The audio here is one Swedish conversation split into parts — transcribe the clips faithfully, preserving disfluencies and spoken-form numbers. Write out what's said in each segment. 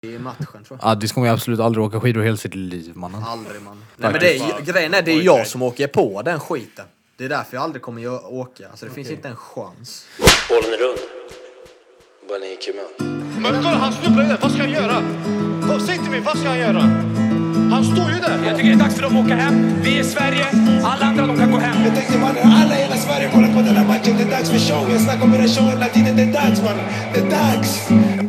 i matchen, tror jag. Addis kommer ju absolut aldrig åka skidor hela sitt liv, mannen. Aldrig, man. Nej, men det är, grejen är, det är jag som åker på den skiten. Det är därför jag aldrig kommer att åka. Alltså det okay. finns inte en chans. Bollen är rund. Bara ni gick med. Men kolla, han snubblar där. Vad ska han göra? Vad, säg till mig, vad ska han göra? Han står ju där. Jag tycker det är dags för dem att åka hem. Vi är Sverige. Alla andra, de kan gå hem. Jag tänkte, man, alla i hela Sverige kollar på den här matchen. Det är dags för show. Jag snackar om den här showen hela tiden. Det är dags, man. Det är dags.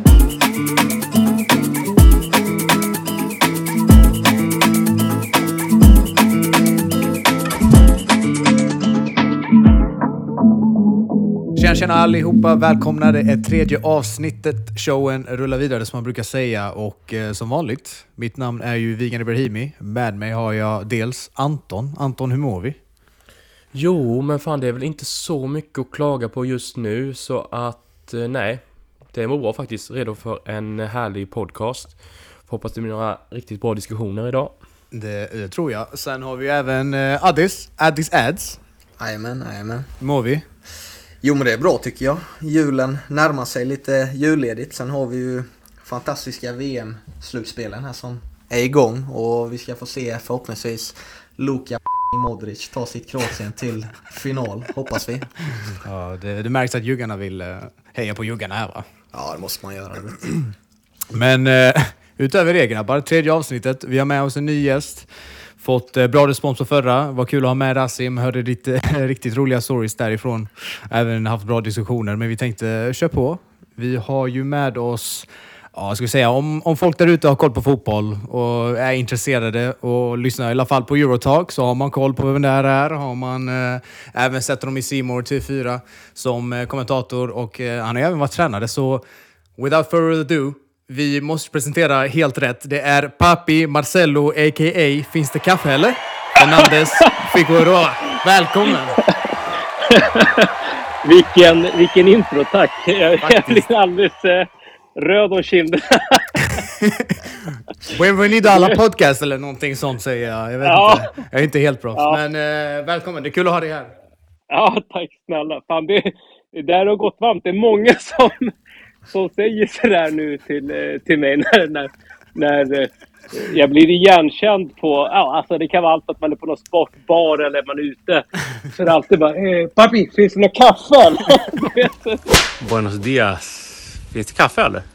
Tjena, tjena allihopa, välkomna. Det är tredje avsnittet. Showen rullar vidare som man brukar säga. Och eh, som vanligt, mitt namn är ju Vigan Ibrahimi. Med mig har jag dels Anton. Anton, hur mår vi? Jo, men fan det är väl inte så mycket att klaga på just nu. Så att, eh, nej. Det mår bra faktiskt. Redo för en härlig podcast. Hoppas det blir några riktigt bra diskussioner idag. Det, det tror jag. Sen har vi även eh, Addis. Addis Ads. Jajamän, jajamän. Hur mår vi? Jo, men det är bra tycker jag. Julen närmar sig lite julledigt. Sen har vi ju fantastiska V M-slutspelen här som är igång. Och vi ska få se förhoppningsvis Luka Modric ta sitt Kroatien till final, hoppas vi. Ja, det, det märks att juggarna vill uh, heja på juggarna här, va? Ja, det måste man göra. Men uh, utöver det, grabbar, tredje avsnittet. Vi har med oss en ny gäst. Fått eh, bra respons på förra. Var kul att ha med Rasim. Hörde lite riktigt roliga stories därifrån. Även haft bra diskussioner. Men vi tänkte köra på. Vi har ju med oss, ja, jag ska säga, om, om folk där ute har koll på fotboll och är intresserade och lyssnar i alla fall på Eurotalk, så har man koll på vem det här är. Har man eh, även sett dem i C More T fyra som eh, kommentator. Och eh, han har även varit tränare. Så without further ado, vi måste presentera helt rätt. Det är Papi Marcelo, a k a. Finns det kaffe eller? Fernandes Figueroa. Välkommen! vilken, vilken intro, tack. Jag, jag blir alldeles eh, röd om kinderna. Bienvenido alla podcast eller någonting sånt säger jag. Jag vet ja. inte. Jag är inte helt proffs. Ja. Men eh, välkommen, det är kul att ha dig här. Ja, tack snälla. Fan, det, det där har gått varmt. Det är många som... som säger sådär nu till, till mig när, när, när jag blir igenkänd på, ja, alltså det kan vara allt att man är på någon sportbar eller man är ute. Så det är alltid bara, eh, papi, finns det någon kaffe? Buenos dias. Finns det kaffe eller?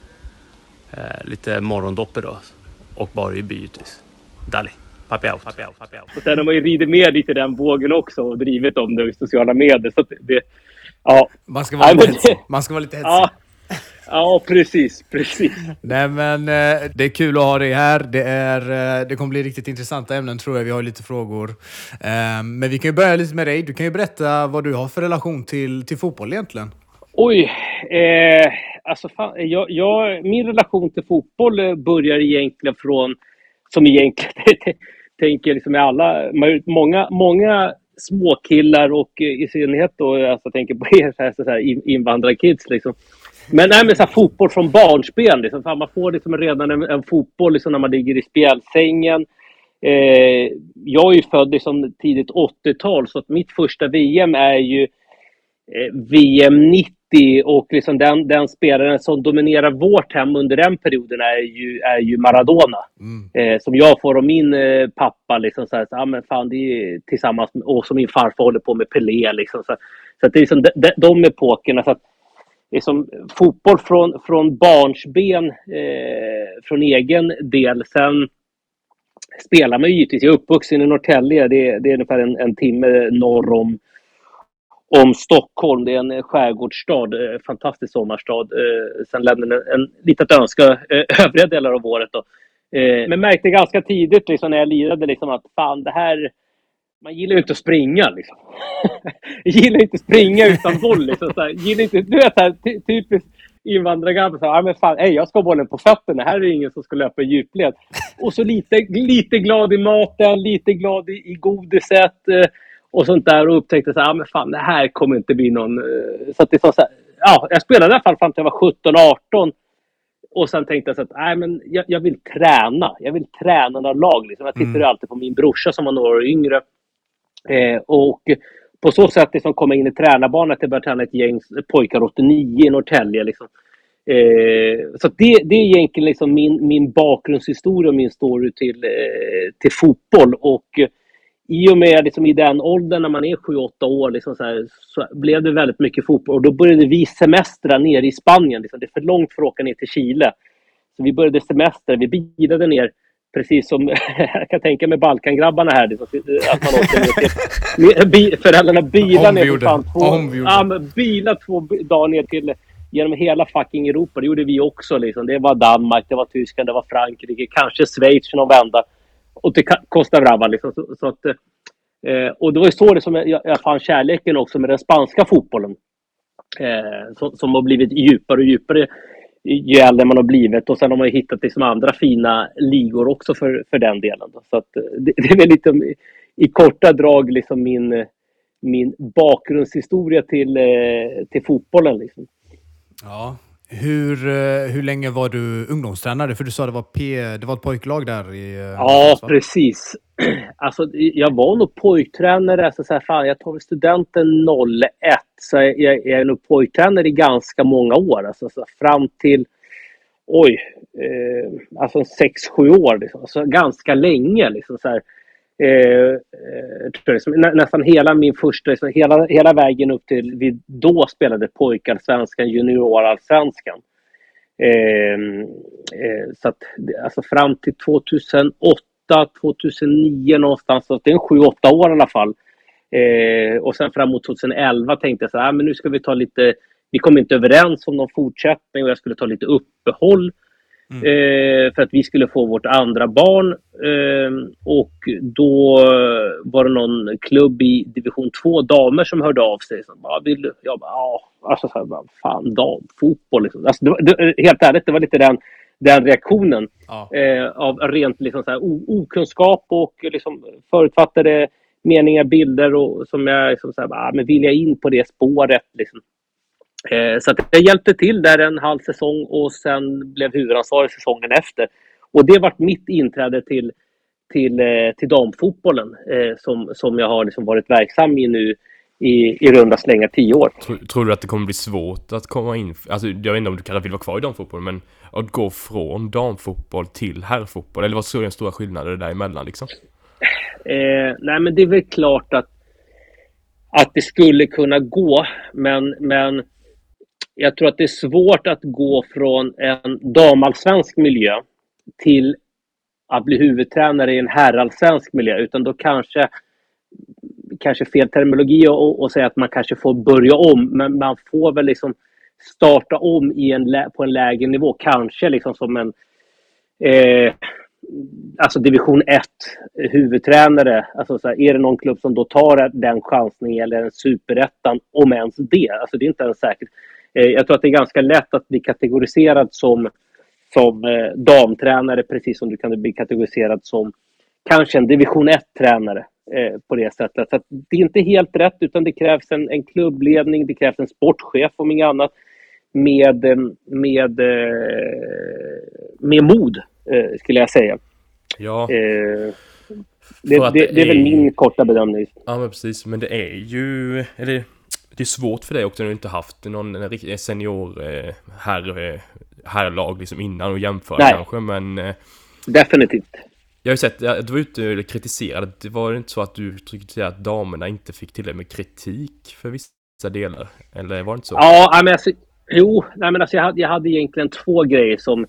Eh, lite morgondoppe då. Och bara i bytis. Dali. Papi out, papi out, papi out. Och sen har man ju ridit med lite den vågen också och drivit om det i sociala medier. Så det, ja. Man ska vara lite hetsig. Man ska vara lite hetsig. Ja. Ja, precis, precis. Nej, men eh, det är kul att ha dig här. Det, är, eh, det kommer bli riktigt intressanta ämnen, tror jag. Vi har lite frågor. Eh, men vi kan ju börja lite med dig. Du kan ju berätta vad du har för relation till, till fotboll egentligen. Oj, eh, alltså fan, jag, jag, min relation till fotboll börjar egentligen från, som egentligen tänker liksom med alla, många, många småkillar och i synnerhet då, alltså jag tänker på er så här, så här invandrarkids liksom. Men nej, men så här, fotboll från barnsben liksom. Fan, man får liksom redan en, en fotboll liksom, när man ligger i spjälsängen. Eh, jag är ju född liksom, tidigt åttiotal, så att mitt första V M är ju eh, V M nittio, och liksom den, den spelaren som dominerar vårt hem under den perioden är ju, är ju Maradona. Mm. Eh, som jag får av min eh, pappa liksom, så här, så, ah, men fan, det är tillsammans med, och som min farfar håller på med Pelé liksom, så, så att det är liksom de, de, de epokerna, så att det är som fotboll från, från barnsben, eh, från egen del. Sen spelar man ju givetvis. Jag är uppvuxen i Norrtälje. Det, det är ungefär en, en timme norr om, om Stockholm. Det är en skärgårdsstad. Eh, fantastisk sommarstad. Eh, sen lämnar en, en litet önska eh, övriga delar av året då. Eh, men märkte ganska tidigt liksom, när jag lirade liksom, att fan, det här... Man gillar ju inte att springa liksom. Jag gillar inte att springa utan boll liksom. Så här, gillar inte, du vet här, ty- typiskt invandrargrabbar. Ja, men fan, ej, jag ska ha bollen på fötterna. Här är ingen som ska löpa i djupled. Och så lite, lite glad i maten, lite glad i, i godiset eh, och sånt där. Och upptäckte så här, ja, men fan, det här kommer inte bli någon... Eh, så att det var så här, ja, jag spelade i alla fall fram till jag var sjutton arton. Och sen tänkte jag så att nej, men jag, jag vill träna. Jag vill träna några lag liksom. Jag tittar mm. alltid på min brorsa som var några år yngre. Eh, och på så sätt liksom kom jag in i tränarbanan att jag började träna ett gäng pojkar åttionio i Norrtälje liksom. Eh, så det, det är egentligen liksom min, min bakgrundshistoria och min story till, eh, till fotboll. Och eh, i och med liksom, i den åldern när man är sju åtta år liksom, så, här, så blev det väldigt mycket fotboll. Och då började vi semestra ner i Spanien. Liksom. Det är för långt för att åka ner till Chile. Så vi började semester. Vi bilade ner, precis som jag kan tänka med Balkangrabbarna här. Liksom, att man åkte ner till, bi, föräldrarna bilar ner till fan två, ja, bilar två dagar ner till genom hela fucking Europa. Det gjorde vi också. Liksom. Det var Danmark, det var Tyskland, det var Frankrike, kanske Schweiz för någon vända. Och till Costa Brava. Liksom. Så, så att, eh, och det var ju så det som jag, jag fann kärleken också med den spanska fotbollen. Eh, som, som har blivit djupare och djupare ju äldre man har blivit. Och sen har man ju hittat liksom andra fina ligor också för, för den delen. Då. Så att, det, det är väl lite i, i korta drag liksom min, min bakgrundshistoria till, eh, till fotbollen. Liksom. Ja. Hur, hur länge var du ungdomstränare? För du sa det var, P, det var ett pojklag där i... Ja, va? Precis. Alltså, jag var nog pojktränare. Alltså, så här, fan, jag tar studenten noll ett. Så jag, jag är nog pojktränare i ganska många år. Alltså, så fram till... Oj. Eh, alltså sex sju år. Liksom. Alltså, ganska länge. Liksom, så här. Eh, eh, nä, nästan hela min första, liksom, hela, hela vägen upp till vi då spelade pojkarsvenskan, juniorallsvenskan. Eh, eh, så att, alltså fram till tjugohundraåtta tjugohundranio någonstans, så det är en sju åtta år i alla fall. Eh, och sen fram mot tjugoelva tänkte jag så här, men nu ska vi ta lite, vi kom inte överens om någon fortsättning och jag skulle ta lite uppehåll. Mm. Eh, för att vi skulle få vårt andra barn eh, och då var det någon klubb i division två damer som hörde av sig så bara, vill du? Jag bara, ja, alltså så här, bara, fan, damfotboll liksom. Alltså, det var, det, helt ärligt, det var lite den, den reaktionen ja. eh, av rent liksom, så här, o, okunskap och liksom, förutfattade meningar, bilder och som jag liksom, så här, bara, men vill jag in på det spåret liksom. Så att jag hjälpte till där en halv säsong och sen blev huvudansvarig säsongen efter. Och det var mitt inträde till, till, till damfotbollen eh, som, som jag har liksom varit verksam i nu i, i runda slänga tio år. Tror, tror du att det kommer bli svårt att komma in? Alltså, jag vet inte om du kanske vill vara kvar i damfotboll, men att gå från damfotboll till herrfotboll? Eller vad så är den stora skillnaden däremellan liksom? Eh, nej men det är väl klart att, att det skulle kunna gå, men... men jag tror att det är svårt att gå från en damallsvensk miljö till att bli huvudtränare i en herrallsvensk miljö. Utan då kanske, kanske fel terminologi och, och säga att man kanske får börja om. Men man får väl liksom starta om i en, på en lägre nivå. Kanske liksom som en eh, alltså division ett huvudtränare. Alltså så här, är det någon klubb som då tar den chansningen eller en superettan om ens det. Alltså det är inte ens säkert. Jag tror att det är ganska lätt att bli kategoriserad som, som eh, damtränare, precis som du kan bli kategoriserad som kanske en division ett-tränare eh, på det sättet. Så att det är inte helt rätt, utan det krävs en, en klubbledning, det krävs en sportchef om inget annat med, med, eh, med mod, eh, skulle jag säga. Ja. Eh, det, det, det är väl min korta bedömning. Ja, men precis. Men det är ju... Eller... Det är svårt för dig också när du inte haft någon riktig senior eh, här, eh, härlag liksom innan och jämföra Nej. kanske, men... Eh, definitivt. Jag har ju sett att du var ute och kritiserade. Det var inte så att du kritiserade att damerna inte fick till med kritik för vissa delar? Eller var det inte så? Ja, men alltså, jo, nej, men alltså, jag, hade, jag hade egentligen två grejer som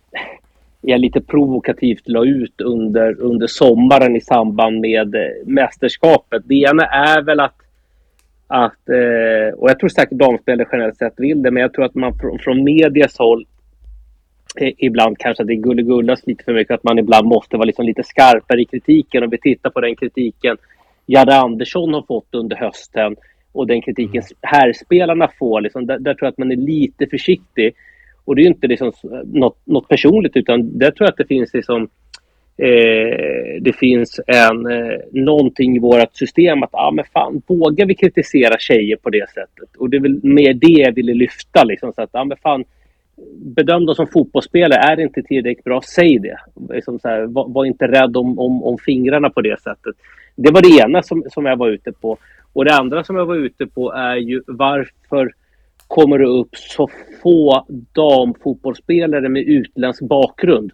jag lite provokativt la ut under, under sommaren i samband med eh, mästerskapet. Det ena är väl att Att, eh, och jag tror säkert damspelare generellt sett vill det, men jag tror att man från, från medias håll eh, ibland kanske det gulligullas lite för mycket, att man ibland måste vara liksom lite skarpare i kritiken. Och vi tittar på den kritiken Janne Andersson har fått under hösten och den kritiken herrspelarna får, liksom, där, där tror jag att man är lite försiktig. Och det är ju inte liksom något, något personligt, utan där tror jag att det finns liksom Eh, det finns en eh, någonting i vårt system att ah, men fan, vågar vi kritisera tjejer på det sättet? Och det är väl med det jag ville lyfta liksom, så att ah, men fan, bedöm dem som fotbollsspelare, är det inte tillräckligt bra, säg det liksom, så här, var, var inte rädd om, om, om fingrarna på det sättet. Det var det ena som, som jag var ute på. Och det andra som jag var ute på är ju varför kommer det upp så få damfotbollsspelare med utländsk bakgrund.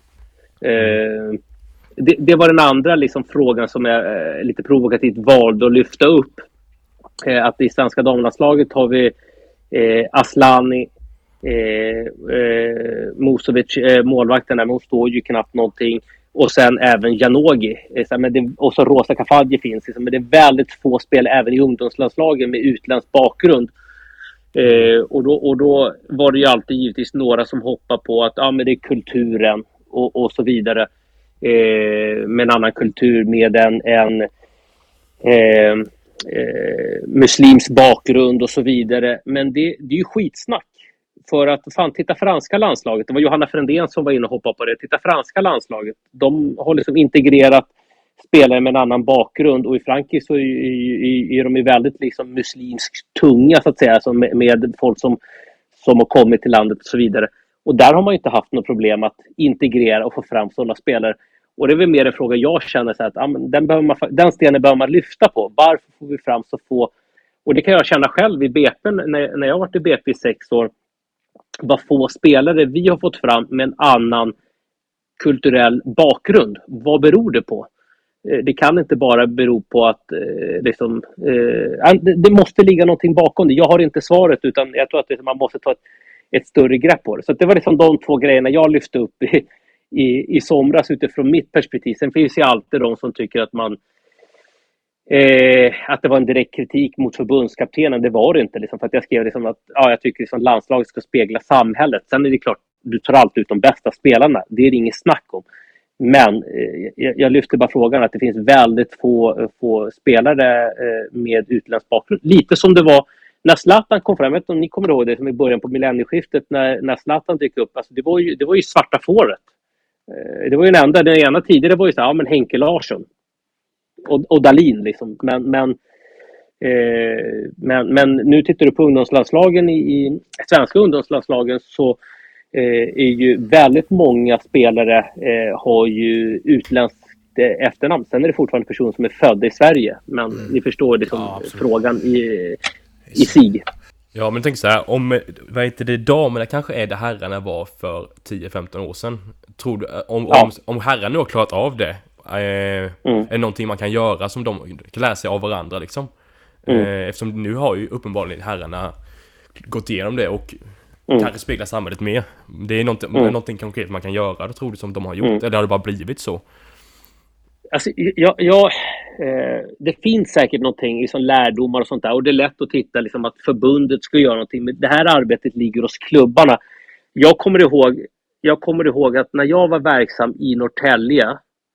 Eh, det, det var den andra liksom frågan som jag eh, lite provokativt valde att lyfta upp. Eh, att i svenska damlandslaget har vi eh, Aslani, eh, eh, Musovic, eh, målvakten där, men hon står ju knappt någonting. Och sen även Janogy. Eh, men det, och så Rosa Kafaji finns. Liksom, men det är väldigt få spelare även i ungdomslandslagen med utländsk bakgrund. Eh, och, då, och då var det ju alltid givetvis några som hoppar på att ah, men det är kulturen och, och så vidare. Eh, med en annan kultur med en, en eh, eh, muslims bakgrund och så vidare. Men det, det är ju skitsnack. För att fan, titta franska landslaget. Det var Johanna Frändén som var inne och hoppade på det. Titta franska landslaget. De har liksom integrerat spelare med en annan bakgrund. Och i Frankrike så är, är, är de ju väldigt liksom muslimskt tunga så att säga. Alltså med, med folk som, som har kommit till landet och så vidare. Och där har man ju inte haft något problem att integrera och få fram sådana spelare. Och det är väl mer en fråga jag känner så här att ja, men den, behöver man, den stenen behöver man lyfta på. Varför får vi fram så få? Och det kan jag känna själv i B P när, när jag har varit i B P i sex år. Vad få spelare vi har fått fram med en annan kulturell bakgrund. Vad beror det på? Det kan inte bara bero på att eh, liksom, eh, det måste ligga någonting bakom det. Jag har inte svaret utan jag tror att man måste ta ett, ett större grepp på det. Så det var liksom de två grejerna jag lyfte upp i, i, i somras utifrån mitt perspektiv. Sen finns ju alltid de som tycker att man Eh, att det var en direkt kritik mot förbundskaptenen. Det var det inte liksom, för att jag skrev liksom att ja, jag tycker liksom landslaget ska spegla samhället. Sen är det klart, du tar alltid ut de bästa spelarna. Det är det inget snack om. Men eh, jag, jag lyfter bara frågan att det finns väldigt få, få spelare eh, med utländsk bakgrund. Lite som det var när Zlatan kom fram. Jag vet inte om ni kommer ihåg det som i början på millennieskiftet när, när Zlatan dök upp. Alltså, det, var ju, det var ju svarta fåret. Eh, det var ju den enda, den ena tidigare var ju så här, ja men Henke Larsson. Och, och Dalin liksom. Men, men, eh, men, men nu tittar du på ungdomslandslagen i, i svenska ungdomslandslagen så eh, är ju väldigt många spelare eh, har ju utländskt eh, efternamn. Sen är det fortfarande personer som är födda i Sverige. Men mm. ni förstår liksom ja, frågan i, i sig. Ja, men tänk så här, om vad heter det, damerna kanske är det herrarna var för tio femton år sedan. Tror du, om, ja. om, om herrarna nu har klarat av det, Eh, mm. är någonting man kan göra som de kan lära sig av varandra liksom. Mm. Eh, eftersom nu har ju uppenbarligen herrarna gått igenom det och mm. kanske speglar samhället mer. Det är något, mm. någonting konkret man kan göra, det tror du, som de har gjort, mm. eller har det bara blivit så? Alltså, jag, jag, eh, det finns säkert någonting, liksom lärdomar och sånt där, och det är lätt att titta liksom, att förbundet ska göra någonting, men det här arbetet ligger hos klubbarna. Jag kommer ihåg, jag kommer ihåg att när jag var verksam i Norrtälje,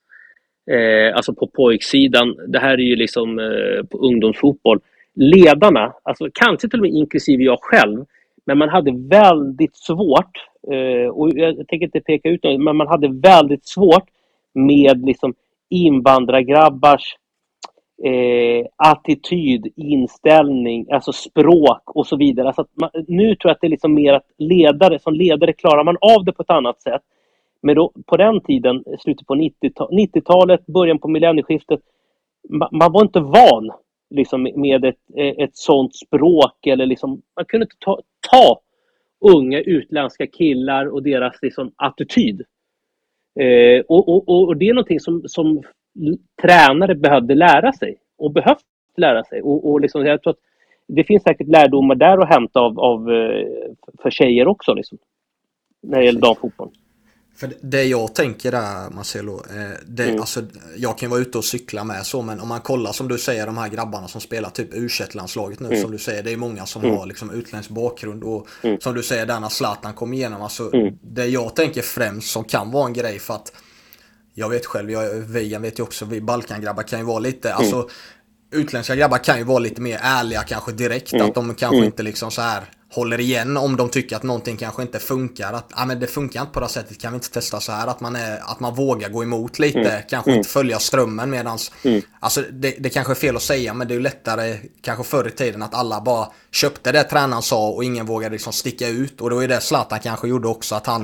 Eh, alltså på pojksidan, det här är ju liksom eh, på ungdomsfotboll, ledarna, alltså kanske till och med inklusive jag själv, men man hade väldigt svårt eh, och jag tänker inte peka ut något, men man hade väldigt svårt med liksom invandrargrabbars eh, attityd, inställning, alltså språk och så vidare. Alltså att man, nu tror jag att det är liksom mer att ledare, som ledare klarar man av det på ett annat sätt. Men då, på den tiden, slutet på nittiotalet, början på millennieskiftet, man, man var inte van liksom, med ett, ett sånt språk. Eller liksom, man kunde inte ta, ta unga utländska killar och deras liksom, attityd. Eh, och, och, och det är någonting som, som tränare behövde lära sig. Och behövt lära sig. Och, och liksom, jag tror att det finns säkert lärdomar där att hämta av, av, för tjejer också. Liksom, när det gäller damfotboll. För det jag tänker där, Marcelo, det, mm. alltså, jag kan vara ute och cykla med så, men om man kollar som du säger, de här grabbarna som spelar typ U tjugoett-landslaget nu, mm. som du säger, det är många som mm. har liksom utländsk bakgrund och mm. som du säger, där när Zlatan kom igenom, alltså, mm. det jag tänker främst som kan vara en grej, för att jag vet själv, jag, vi vet ju också, vi Balkan-grabbar kan ju vara lite, mm. alltså utländska grabbar kan ju vara lite mer ärliga kanske direkt, mm. att de kanske mm. inte liksom så här håller igen om de tycker att någonting kanske inte funkar, att ah, men det funkar inte på det sättet, kan vi inte testa så här, att man, är, att man vågar gå emot lite, mm. kanske mm. inte följa strömmen, medans mm. alltså det, det kanske är fel att säga, men det är ju lättare kanske förr i tiden att alla bara köpte det tränaren sa och ingen vågade liksom sticka ut, och det var ju det Zlatan kanske gjorde också, att han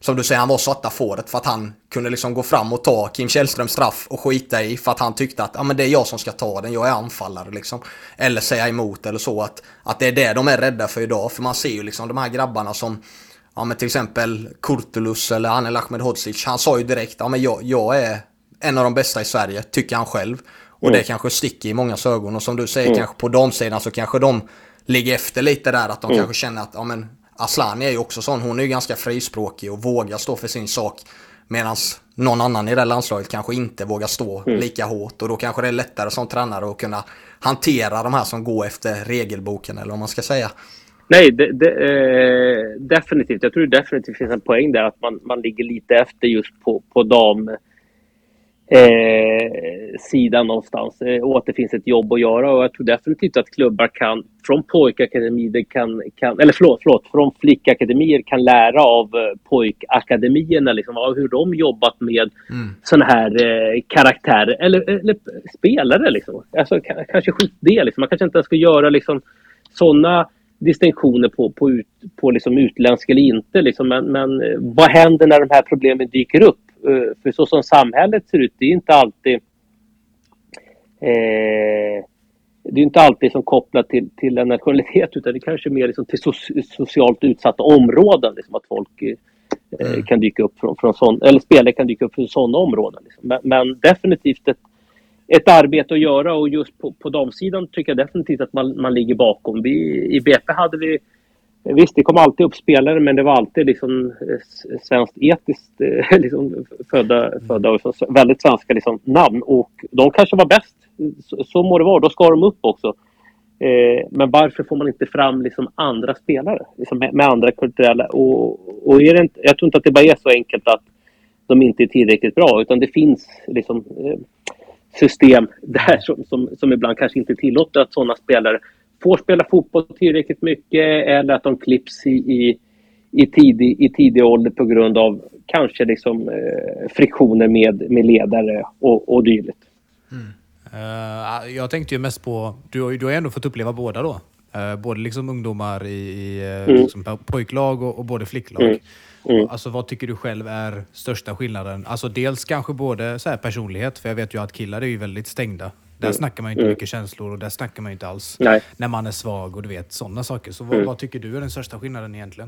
som du säger, han var svarta fåret för att han kunde liksom gå fram och ta Kim Källströms straff och skita i för att han tyckte att ja, men det är jag som ska ta den, jag är anfallare liksom. Eller säga emot eller så, att, att det är det de är rädda för idag. För man ser ju liksom de här grabbarna som, ja men till exempel Kurtulus eller Anel Ahmedhodzic, han sa ju direkt, ja men jag, jag är en av de bästa i Sverige, tycker han själv. Och mm. det kanske sticker i många ögon. Och som du säger, mm. kanske på damsidan så kanske de ligger efter lite där, att de mm. kanske känner att ja men Asllani är ju också sån, hon är ju ganska frispråkig och vågar stå för sin sak, medan någon annan i det landslaget kanske inte vågar stå mm. lika hårt, och då kanske det är lättare som tränare att kunna hantera de här som går efter regelboken, eller vad man ska säga. Nej, det, det, eh, definitivt. Jag tror det definitivt finns en poäng där att man, man ligger lite efter just på, på dam eh, sidan någonstans. Eh, och att det finns ett jobb att göra, och jag tror definitivt att klubbar kan från pojkakademier kan, kan eller förlåt, förlåt från flickakademier kan lära av eh, pojkakademierna liksom, av hur de jobbat med mm. såna här eh, karaktärer eller, eller spelare liksom. Alltså k- kanske skit det liksom. Man kanske inte ska göra liksom såna distinktioner på, på, ut, på liksom utländsk eller inte liksom. men, men vad händer när de här problemen dyker upp? Uh, för så som samhället ser ut, det är inte alltid eh, det är inte alltid som kopplat till, till en nationalitet, utan det kanske mer liksom till so- socialt utsatta områden liksom, att folk eh, mm. kan dyka upp från, från sån, eller spelare kan dyka upp från sådana områden liksom. men, men definitivt ett ett arbete att göra, och just på, på damsidan tycker jag definitivt att man, man ligger bakom. Vi, i B P hade vi, visst det kom alltid upp spelare, men det var alltid liksom svenskt etiskt liksom, födda, födda och liksom, väldigt svenska liksom, namn, och de kanske var bäst, så, så må det vara, då ska de upp också. Eh, men varför får man inte fram liksom, andra spelare liksom, med, med andra kulturella, och, och är det inte, jag tror inte att det bara är så enkelt att de inte är tillräckligt bra, utan det finns liksom eh, system där som, som, som ibland kanske inte tillåter att sådana spelare får spela fotboll tillräckligt mycket, eller att de klipps i, i, i, tidig, i tidig ålder på grund av kanske liksom, eh, friktioner med, med ledare och, och dylikt. Mm. Uh, jag tänkte ju mest på, du har ju du har ändå fått uppleva båda då. Uh, både liksom ungdomar i, i mm. liksom pojklag och, och både flicklag. Mm. Mm. Alltså vad tycker du själv är största skillnaden? Alltså dels kanske både så här personlighet, för jag vet ju att killar är ju väldigt stängda. Där mm. snackar man inte mm. mycket känslor, och där snackar man inte alls Nej. när man är svag och du vet sådana saker. Så vad, mm. vad tycker du är den största skillnaden egentligen?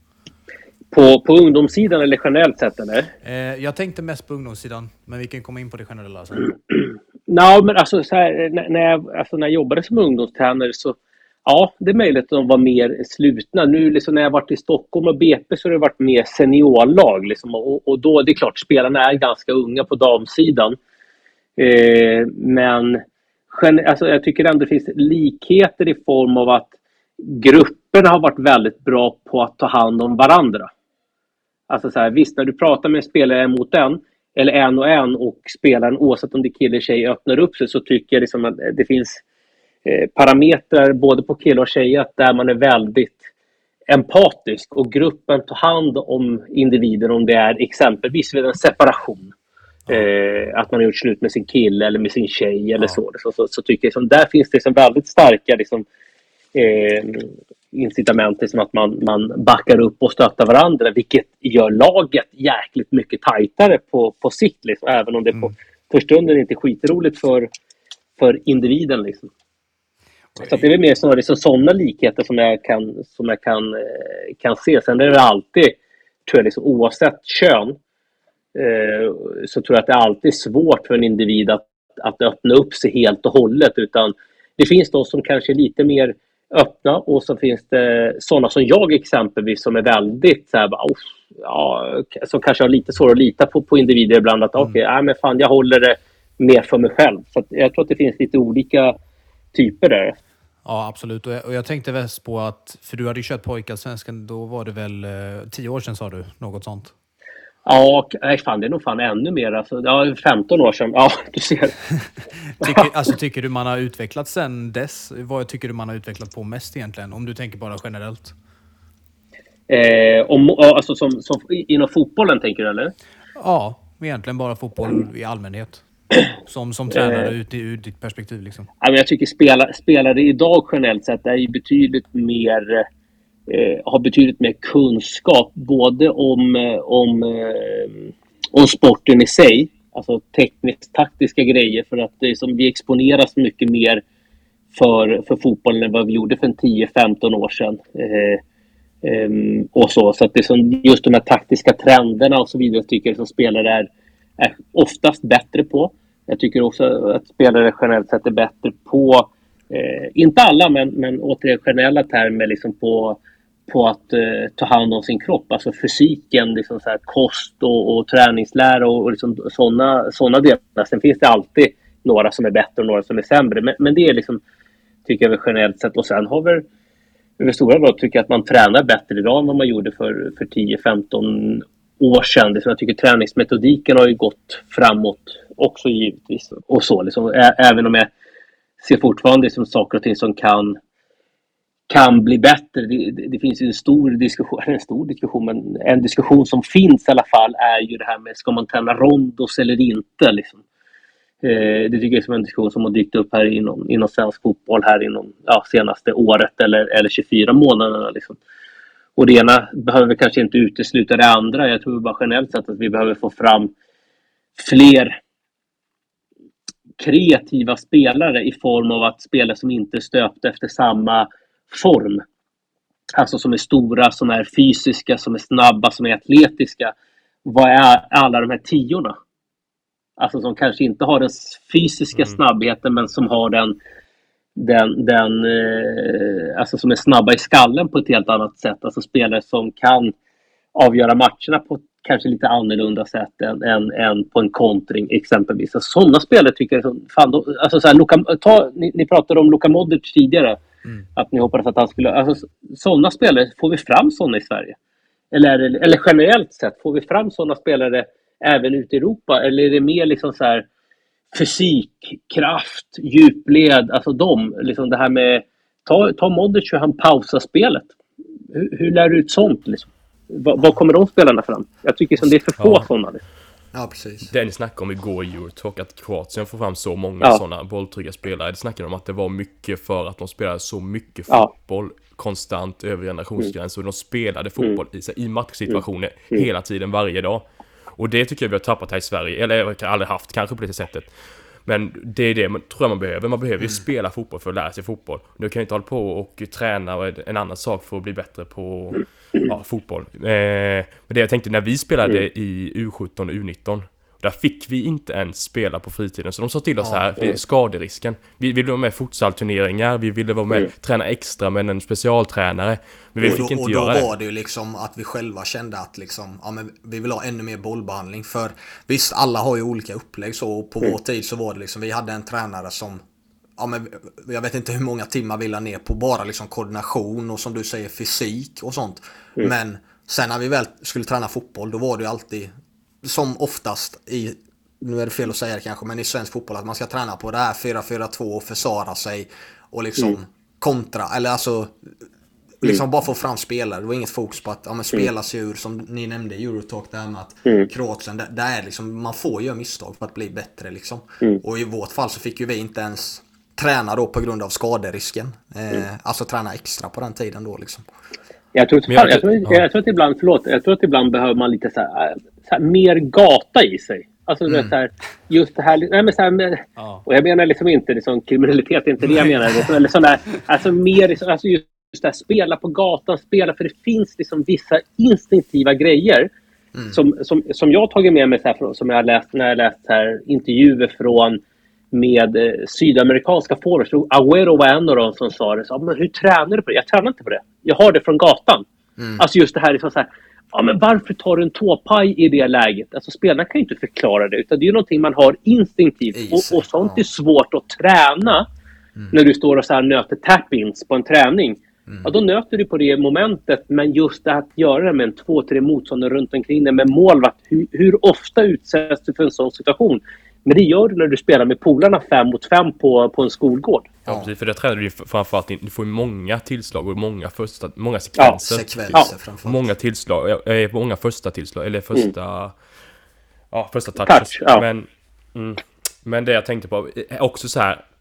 På, på ungdomssidan eller generellt sett eller? Eh, jag tänkte mest på ungdomssidan, men vi kan komma in på det generella sen. Nej, men alltså, så här, när, jag, alltså när jag jobbade som ungdomstränare så ja, det är möjligt att de var mer slutna. Nu liksom, när jag varit i Stockholm och B P så har det varit mer seniorlag. Liksom, och, och då, det är klart, spelarna är ganska unga på damsidan. Eh, men alltså, jag tycker ändå det finns likheter i form av att grupperna har varit väldigt bra på att ta hand om varandra. Alltså så här, visst, när du pratar med en spelare mot en, eller en och en, och spelaren, oavsett om det är kille eller tjej, öppnar upp sig, så tycker jag liksom att det finns eh, parametrar både på kille och tjej där man är väldigt empatisk, och gruppen tar hand om individen om det är exempelvis vid en separation. Ja. Eh, att man har gjort slut med sin kille eller med sin tjej eller ja. så, så, så, så tycker jag som där finns det liksom väldigt starka liksom, eh, incitament liksom att man, man backar upp och stöttar varandra, vilket gör laget jäkligt mycket tajtare på, på sikt liksom, även om det mm. på, för stunden inte är skitroligt för, för individen liksom. Så att det är mer sådana liksom, sådana likheter som jag kan, som jag kan, eh, kan se. Sen är det alltid, tror jag, liksom, oavsett kön, eh, så tror jag att det är alltid svårt för en individ att, att öppna upp sig helt och hållet, utan det finns de som kanske är lite mer öppna, och så finns det sådana som jag exempelvis som är väldigt så här, ja, som kanske har lite svårt att lita på, på individer ibland, att mm. okej, okay, men fan, jag håller det mer för mig själv. Så att jag tror att det finns lite olika typer där. Ja, absolut. Och jag, och jag tänkte väl på att, för du hade ju kört pojkarsvenskan, då var det väl eh, tio år sedan sa du, något sånt? Ja, nej, fan, det är nog fan ännu mer. Alltså, ja, femton år sedan. Ja, du ser. tycker, alltså, tycker du man har utvecklat sen dess? Vad tycker du man har utvecklat på mest egentligen? Om du tänker bara generellt. Eh, om, alltså som, som inom fotbollen tänker du, eller? Ja, egentligen bara fotboll i allmänhet. Som, som tränare eh, ut, ur ditt perspektiv liksom. Ja, men jag tycker spela, spelare idag generellt sett är ju betydligt mer eh, har betydligt mer kunskap både om, eh, om, eh, om sporten i sig, alltså tekniskt taktiska grejer, för att det som vi exponeras mycket mer för, för fotbollen än vad vi gjorde för tio femton år sedan. Eh, eh, och så, så att det är som just de här taktiska trenderna och så vidare tycker jag som spelare är, är oftast bättre på. Jag tycker också att spelare generellt sett är bättre på, eh, inte alla, men, men återigen generella termer liksom på, på att eh, ta hand om sin kropp. Alltså fysiken, liksom så här, kost och, och träningslära och, och liksom sådana såna delar. Sen finns det alltid några som är bättre och några som är sämre. Men, men det är liksom, tycker jag väl generellt sett. Och sen har vi över stora då tycker jag att man tränar bättre idag än vad man gjorde för, för tio femton år sedan. Jag tycker träningsmetodiken har ju gått framåt också givetvis. Och så liksom, ä- även om jag ser fortfarande som saker och ting som kan kan bli bättre. Det, det, det finns ju en stor diskussion, en stor diskussion, men en diskussion som finns i alla fall är ju det här med, ska man träna rondos eller inte liksom. Eh, det tycker jag är en diskussion som har dykt upp här inom, inom svensk fotboll här inom ja, senaste året eller, eller tjugofyra månaderna liksom. Och det ena behöver kanske inte utesluta det andra. Jag tror bara generellt sett att vi behöver få fram fler kreativa spelare i form av att spelare som inte är stöpta efter samma form. Alltså som är stora, som är fysiska, som är snabba, som är atletiska. Vad är alla de här tiorna? Alltså som kanske inte har den fysiska mm. snabbheten, men som har den den, den eh, alltså som är snabba i skallen på ett helt annat sätt. Alltså spelare som kan avgöra matcherna på ett kanske lite annorlunda sätt än, än, än på en kontring exempelvis. Alltså, sådana spelare tycker jag som, fan, då, alltså så här, Luka, ta, ni, ni pratade om Luka Modric tidigare. Mm. Att ni hoppades att han skulle, alltså sådana spelare, får vi fram sådana i Sverige? Eller, eller generellt sett, får vi fram sådana spelare även ute i Europa? Eller är det mer liksom så här fysik, kraft, djupled, alltså de, liksom det här med ta, ta Modric och han pausar spelet. Hur, hur lär du ut sånt liksom? Vad kommer de spelarna fram? Jag tycker som det är för få ja. sådana. Ja, precis. Det ni snackade om igår i Eurotalk, att Kroatien får fram så många ja. sådana bolltrygga spelare. Det snackade om att det var mycket för att de spelade så mycket ja. fotboll konstant över generationsgränser. Mm. Och de spelade fotboll mm. i, sig, i matchsituationer mm. hela tiden, varje dag. Och det tycker jag vi har tappat här i Sverige. Eller jag har aldrig haft kanske på det sättet. Men det är det man tror jag man behöver. Man behöver ju mm. spela fotboll för att lära sig fotboll. Nu kan jag inte hålla på och träna en annan sak för att bli bättre på ja, fotboll. Eh, men det jag tänkte, när vi spelade mm. i U sjutton och U nitton, där fick vi inte ens spela på fritiden. Så de sa till oss ja, här, det är skaderisken. Vi ville vara med i futsalturneringar, vi ville vara med mm. träna extra med en specialtränare. Men vi och fick då, inte och göra då det. var det ju liksom att vi själva kände att liksom, ja, men vi vill ha ännu mer bollbehandling. För visst, alla har ju olika upplägg så, och på mm. vår tid så var det liksom, vi hade en tränare som, ja, men jag vet inte hur många timmar vi la ner på bara liksom koordination och som du säger fysik och sånt. Mm. Men sen när vi väl skulle träna fotboll, då var det ju alltid som oftast i, nu är det fel att säga det kanske, men i svensk fotboll att man ska träna på det här fyra fyra två och försvara sig och liksom mm. kontra, eller alltså liksom mm. bara få fram spelare. Det var inget fokus på att ja, men spela sig ur, som ni nämnde i Eurotalk där med att mm. Kroatien, där, där är liksom, man får göra misstag för att bli bättre liksom. Mm. Och i vårt fall så fick ju vi inte ens träna då på grund av skaderisken. Eh, mm. Alltså träna extra på den tiden då liksom. Jag tror, jag, jag, tror, jag tror att ibland, förlåt, jag tror att ibland behöver man lite så här, så här mer gata i sig. Alltså mm. så här, just det här, nej men så här, med, ja. Och jag menar liksom inte liksom, kriminalitet, inte det jag menar. Liksom, eller sån där, alltså mer, alltså just det här, spela på gatan, spela, för det finns liksom vissa instinktiva grejer mm. som, som, som jag har tagit med mig så här, som jag har läst när jag har läst här, intervjuer från med eh, sydamerikanska forwards. Agüero var en av dem som sa det. Så, men hur tränar du på det? Jag tränar inte på det. Jag har det från gatan. Mm. Alltså just det här, liksom så här, ja, men varför tar du en tåpaj i det läget? Alltså spelarna kan ju inte förklara det. Utan det är ju någonting man har instinktivt. Och, och sånt ja. är svårt att träna. Mm. När du står och så här nöter tap-ins på en träning. Mm. Ja, då nöter du på det momentet. Men just det att göra det med en två, tre motståndare runt omkring det med målvakt. Hur, hur ofta utsätts du för en sån situation? Men det gör du när du spelar med polarna fem mot fem på, på en skolgård. Ja, precis. För det tränar du framförallt in. Du får många tillslag och många första, många sekvenser. Ja, sekvenser ja. Många tillslag, äh, många första tillslag, eller första, mm. ja, första touches. Touch, ja. Men, mm, men det jag tänkte på är också så här,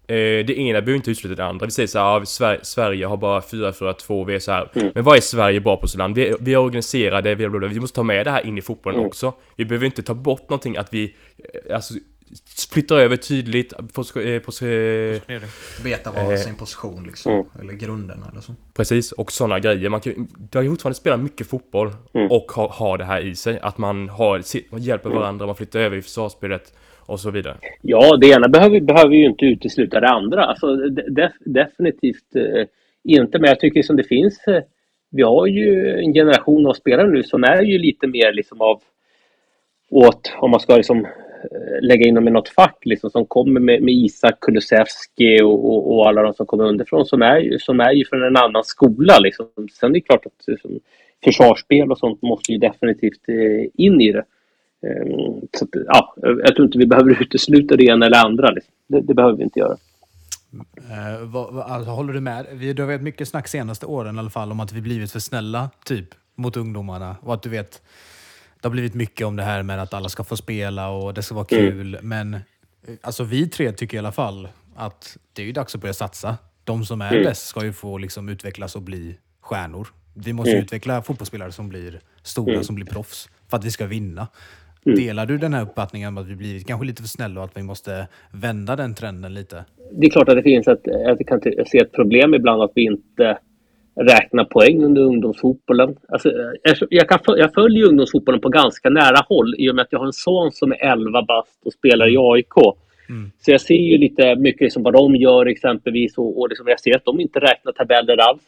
det ena behöver inte utesluta det andra. Vi säger så här, ja, Sverige, Sverige har bara fyra fyra två, vi är så här. Mm. Men vad är Sverige bra på så land? Vi, vi är organiserade, vi, är, vi måste ta med det här in i fotbollen mm. också. Vi behöver inte ta bort någonting, att vi alltså, flyttar över tydligt på, på, på veta vad eh, sin position liksom, mm. eller grunden eller så. Precis, och sådana grejer. Man kan ju fortfarande spela mycket fotboll mm. och ha, ha det här i sig. Att man, har, man hjälper varandra, man flyttar över i försvarsspelet och så vidare. Ja, det ena behöver, behöver ju inte utesluta det andra. Alltså def, definitivt eh, inte, men jag tycker som det finns, eh, vi har ju en generation av spelare nu som är ju lite mer liksom av åt, om man ska liksom eh, lägga in dem i något fack liksom, som kommer med, med Isak Kulusevski och, och, och alla de som kommer underifrån som är ju, som är ju från en annan skola liksom. Sen är det klart att liksom, försvarsspel och sånt måste ju definitivt eh, in i det. Så att, ja, jag tror inte vi behöver utesluta det ena eller andra. Liksom. Det, det behöver vi inte göra. Uh, vad, vad, alltså, håller du med? Vi, det har varit mycket snack senaste åren i alla fall om att vi blivit för snälla typ mot ungdomarna. Och att du vet, det har blivit mycket om det här med att alla ska få spela och det ska vara kul. Mm. Men alltså, vi tre tycker i alla fall att det är ju dags att börja satsa. De som är mm. bäst ska ju få liksom, utvecklas och bli stjärnor. Vi måste mm. utveckla fotbollsspelare som blir stora, mm. som blir proffs för att vi ska vinna. Mm. Delar du den här uppfattningen om att vi blivit kanske lite för snälla och att vi måste vända den trenden lite? Det är klart att det finns ett, att jag kan se ett problem ibland att vi inte räknar poäng under ungdomsfotbollen. Alltså, jag, kan, jag följer ungdomsfotbollen på ganska nära håll i och med att jag har en son som är elva bast och spelar i A I K. Mm. Så jag ser ju lite mycket liksom vad de gör exempelvis och, och liksom jag ser att de inte räknar tabeller alls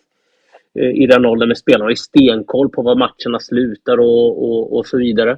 i den åldern med spelarna. De har stenkoll på vad matcherna slutar och, och, och så vidare.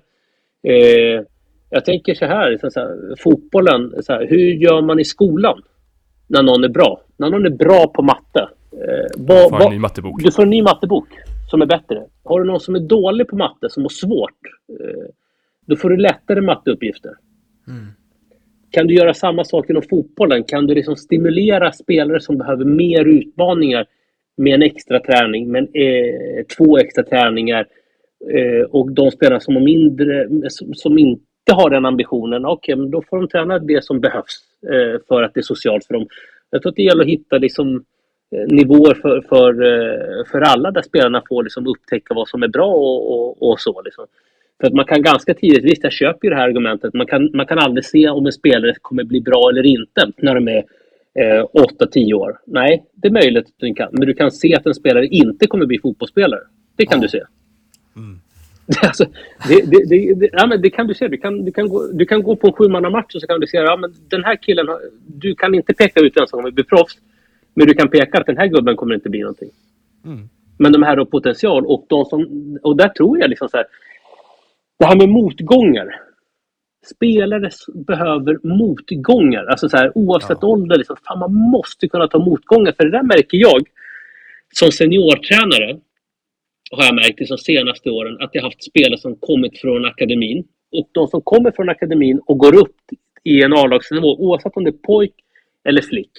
Eh, jag tänker så här, så här fotbollen, så här, hur gör man i skolan när någon är bra? När någon är bra på matte. Eh, vad, du får en ny mattebok. Du får en ny mattebok som är bättre. Har du någon som är dålig på matte, som har svårt, eh, då får du lättare matteuppgifter. Mm. Kan du göra samma sak inom fotbollen? Kan du liksom stimulera spelare som behöver mer utmaningar med en extra träning, med eh, två extra träningar? Eh, och de spelare som har mindre, som, som inte har den ambitionen, okej, okay, men då får de träna det som behövs eh, för att det är socialt för dem. Jag tror att det gäller att hitta liksom, eh, nivåer för, för, eh, för alla där spelarna får liksom, upptäcka vad som är bra och, och, och så. Liksom. För att man kan ganska tidigt, visst jag köper ju det här argumentet, man kan, man kan aldrig se om en spelare kommer bli bra eller inte när de är eh, åtta tio år. Nej, det är möjligt att du kan, men du kan se att en spelare inte kommer bli fotbollsspelare. Det kan ja. du se. Mm. Alltså, det, det, det, det, ja, men det kan du se. Du kan, du kan, gå, du kan gå på en sjumannamatch och så kan du se ja, men den här killen, du kan inte peka ut den som kommer bli proffs, men du kan peka att den här gubben kommer inte bli någonting. Mm. Men de här har potential och de som, och där tror jag liksom så här, det här med motgångar. Spelare behöver motgångar, alltså så här, oavsett ja. ålder liksom, fan, man måste kunna ta motgångar, för det där märker jag som seniortränare. Har jag märkt de senaste åren att jag har haft spelare som kommit från akademin. Och de som kommer från akademin och går upp i en A-lagsnivå, oavsett om det är pojk eller flick,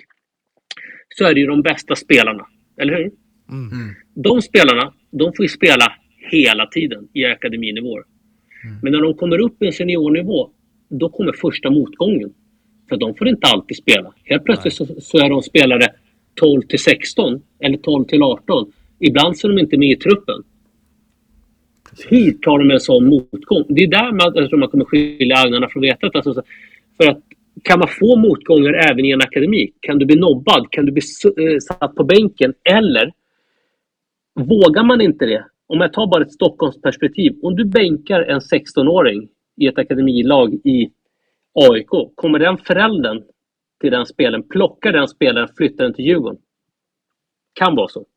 så är det ju de bästa spelarna. Eller hur? Mm. De spelarna, de får ju spela hela tiden i akademinivåer. Mm. Men när de kommer upp i en seniornivå, då kommer första motgången. För de får inte alltid spela. Helt plötsligt så, så är de spelare tolv till sexton eller tolv till arton. Ibland så är de inte med i truppen. Hur tar de en sån motgång? Det är där man, jag tror man kommer skilja agnarna från vetet. Alltså, för att kan man få motgångar även i en akademi? Kan du bli nobbad? Kan du bli äh, satt på bänken? Eller vågar man inte det? Om jag tar bara ett Stockholmsperspektiv. Om du bänkar en sexton-åring i ett akademilag i A I K, kommer den föräldern till den spelaren, plockar den spelaren, flyttar den till Djurgården? Kan vara så.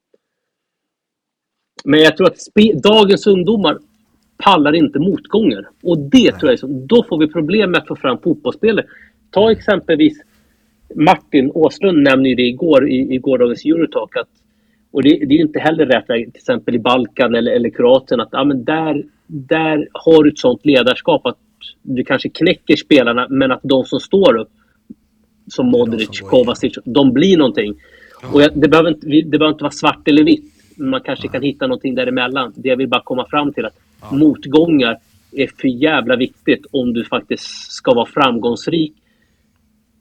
Men jag tror att spe- dagens ungdomar pallar inte motgångar. Och det Nej. tror jag är så. Då får vi problem med att få fram fotbollsspelare. Ta exempelvis Martin Åslund nämnde ju det igår i, i gårdagens Eurotalk. Att, och det, det är ju inte heller rätt till exempel i Balkan eller, eller Kroatien. Att ja, men där, där har du ett sånt ledarskap att du kanske knäcker spelarna. Men att de som står upp, som Modric, Kovacic, de blir någonting. Och jag, det, behöver inte, det behöver inte vara svart eller vitt. Man kanske kan hitta någonting däremellan. Det jag vill bara komma fram till att ja. motgångar är för jävla viktigt om du faktiskt ska vara framgångsrik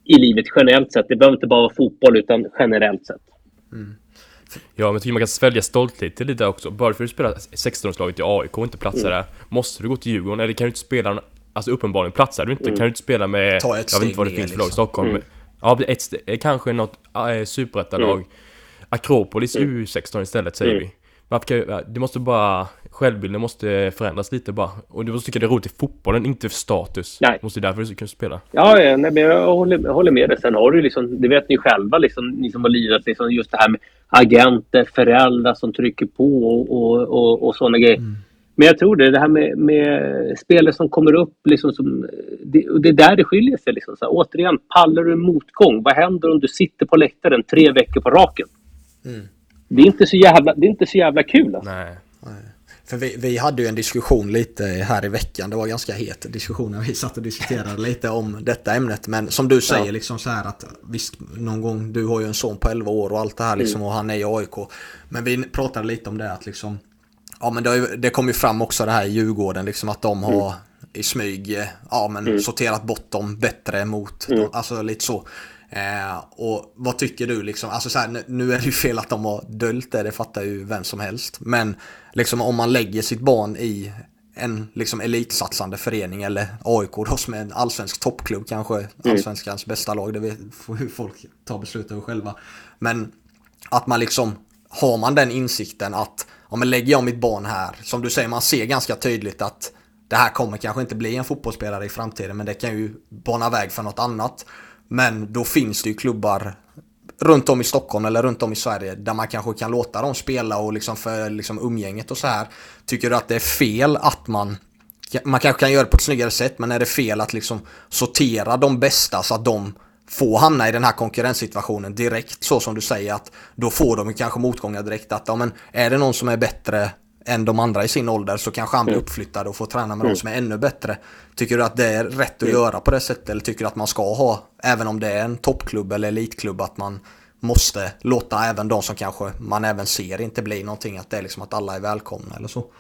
i livet generellt sett. Det behöver inte bara vara fotboll utan generellt sett. Mm. Ja, men jag tycker man kan svälja stolthet till det också. Bara för att du spelar sexton-årslaget i A I K och inte platsar mm. där, måste du gå till Djurgården, eller kan du inte spela, alltså uppenbarligen platsar du inte, mm. kan du inte spela med, ta ett jag vet inte vad det finns för liksom. lag i Stockholm. Mm. Ja, ett steg, kanske något äh, superettalag. Mm. Akropolis mm. U sexton istället, säger mm. vi. Det måste bara, självbilden måste förändras lite bara. Och du måste tycka det är roligt i fotbollen, inte för status. Nej. Måste därför du kunna spela. Ja, ja nej, men jag håller, jag håller med dig. Sen har du liksom, det vet ni själva, liksom, ni som har lirat, liksom, just det här med agenter, föräldrar som trycker på och, och, och, och sådana grejer. Mm. Men jag tror det, det här med, med spelare som kommer upp, liksom, som, det, det är där det skiljer sig. Liksom, så här, återigen, pallar du en motgång? Vad händer om du sitter på läktaren tre veckor på raken? Mm. Det är inte så jävla, det är inte så jävla kul. Alltså. Nej. Nej. För vi, vi hade ju en diskussion lite här i veckan. Det var ganska het diskussion. Vi satt och diskuterade lite om detta ämnet. Men som du säger, ja. liksom så här att visst, någon gång, du har ju en son på elva år och allt det här liksom, mm. och han är i A I K. Men vi pratade lite om det att liksom, ja men det, det kom ju fram också det här i Djurgården liksom, att de har mm. i smyg ja men mm. sorterat bort dem bättre mot mm. alltså lite så. Eh, och vad tycker du liksom, alltså så här, nu är det ju fel att de har döljt det, det fattar ju vem som helst, men liksom om man lägger sitt barn i en liksom elitsatsande förening eller A I K då, som är en allsvensk toppklubb, kanske mm. allsvenskans bästa lag, det vet hur folk tar beslut över själva, men att man liksom, har man den insikten att om man lägger jag mitt barn här, som du säger, man ser ganska tydligt att det här kommer kanske inte bli en fotbollsspelare i framtiden, men det kan ju bana väg för något annat. Men då finns det ju klubbar runt om i Stockholm eller runt om i Sverige där man kanske kan låta dem spela och liksom för liksom umgänget och så här. Tycker du att det är fel att man man kanske kan göra det på ett snyggare sätt, men är det fel att liksom sortera de bästa så att de får hamna i den här konkurrenssituationen direkt, så som du säger, att då får de kanske motgångar direkt, att ja, men är det någon som är bättre än de andra i sin ålder så kanske han blir uppflyttad och får träna med mm. de som är ännu bättre. Tycker du att det är rätt att mm. göra på det sättet, eller tycker du att man ska ha, även om det är en toppklubb eller elitklubb, att man måste låta även de som kanske man även ser inte bli någonting, att det är liksom att alla är välkomna eller så?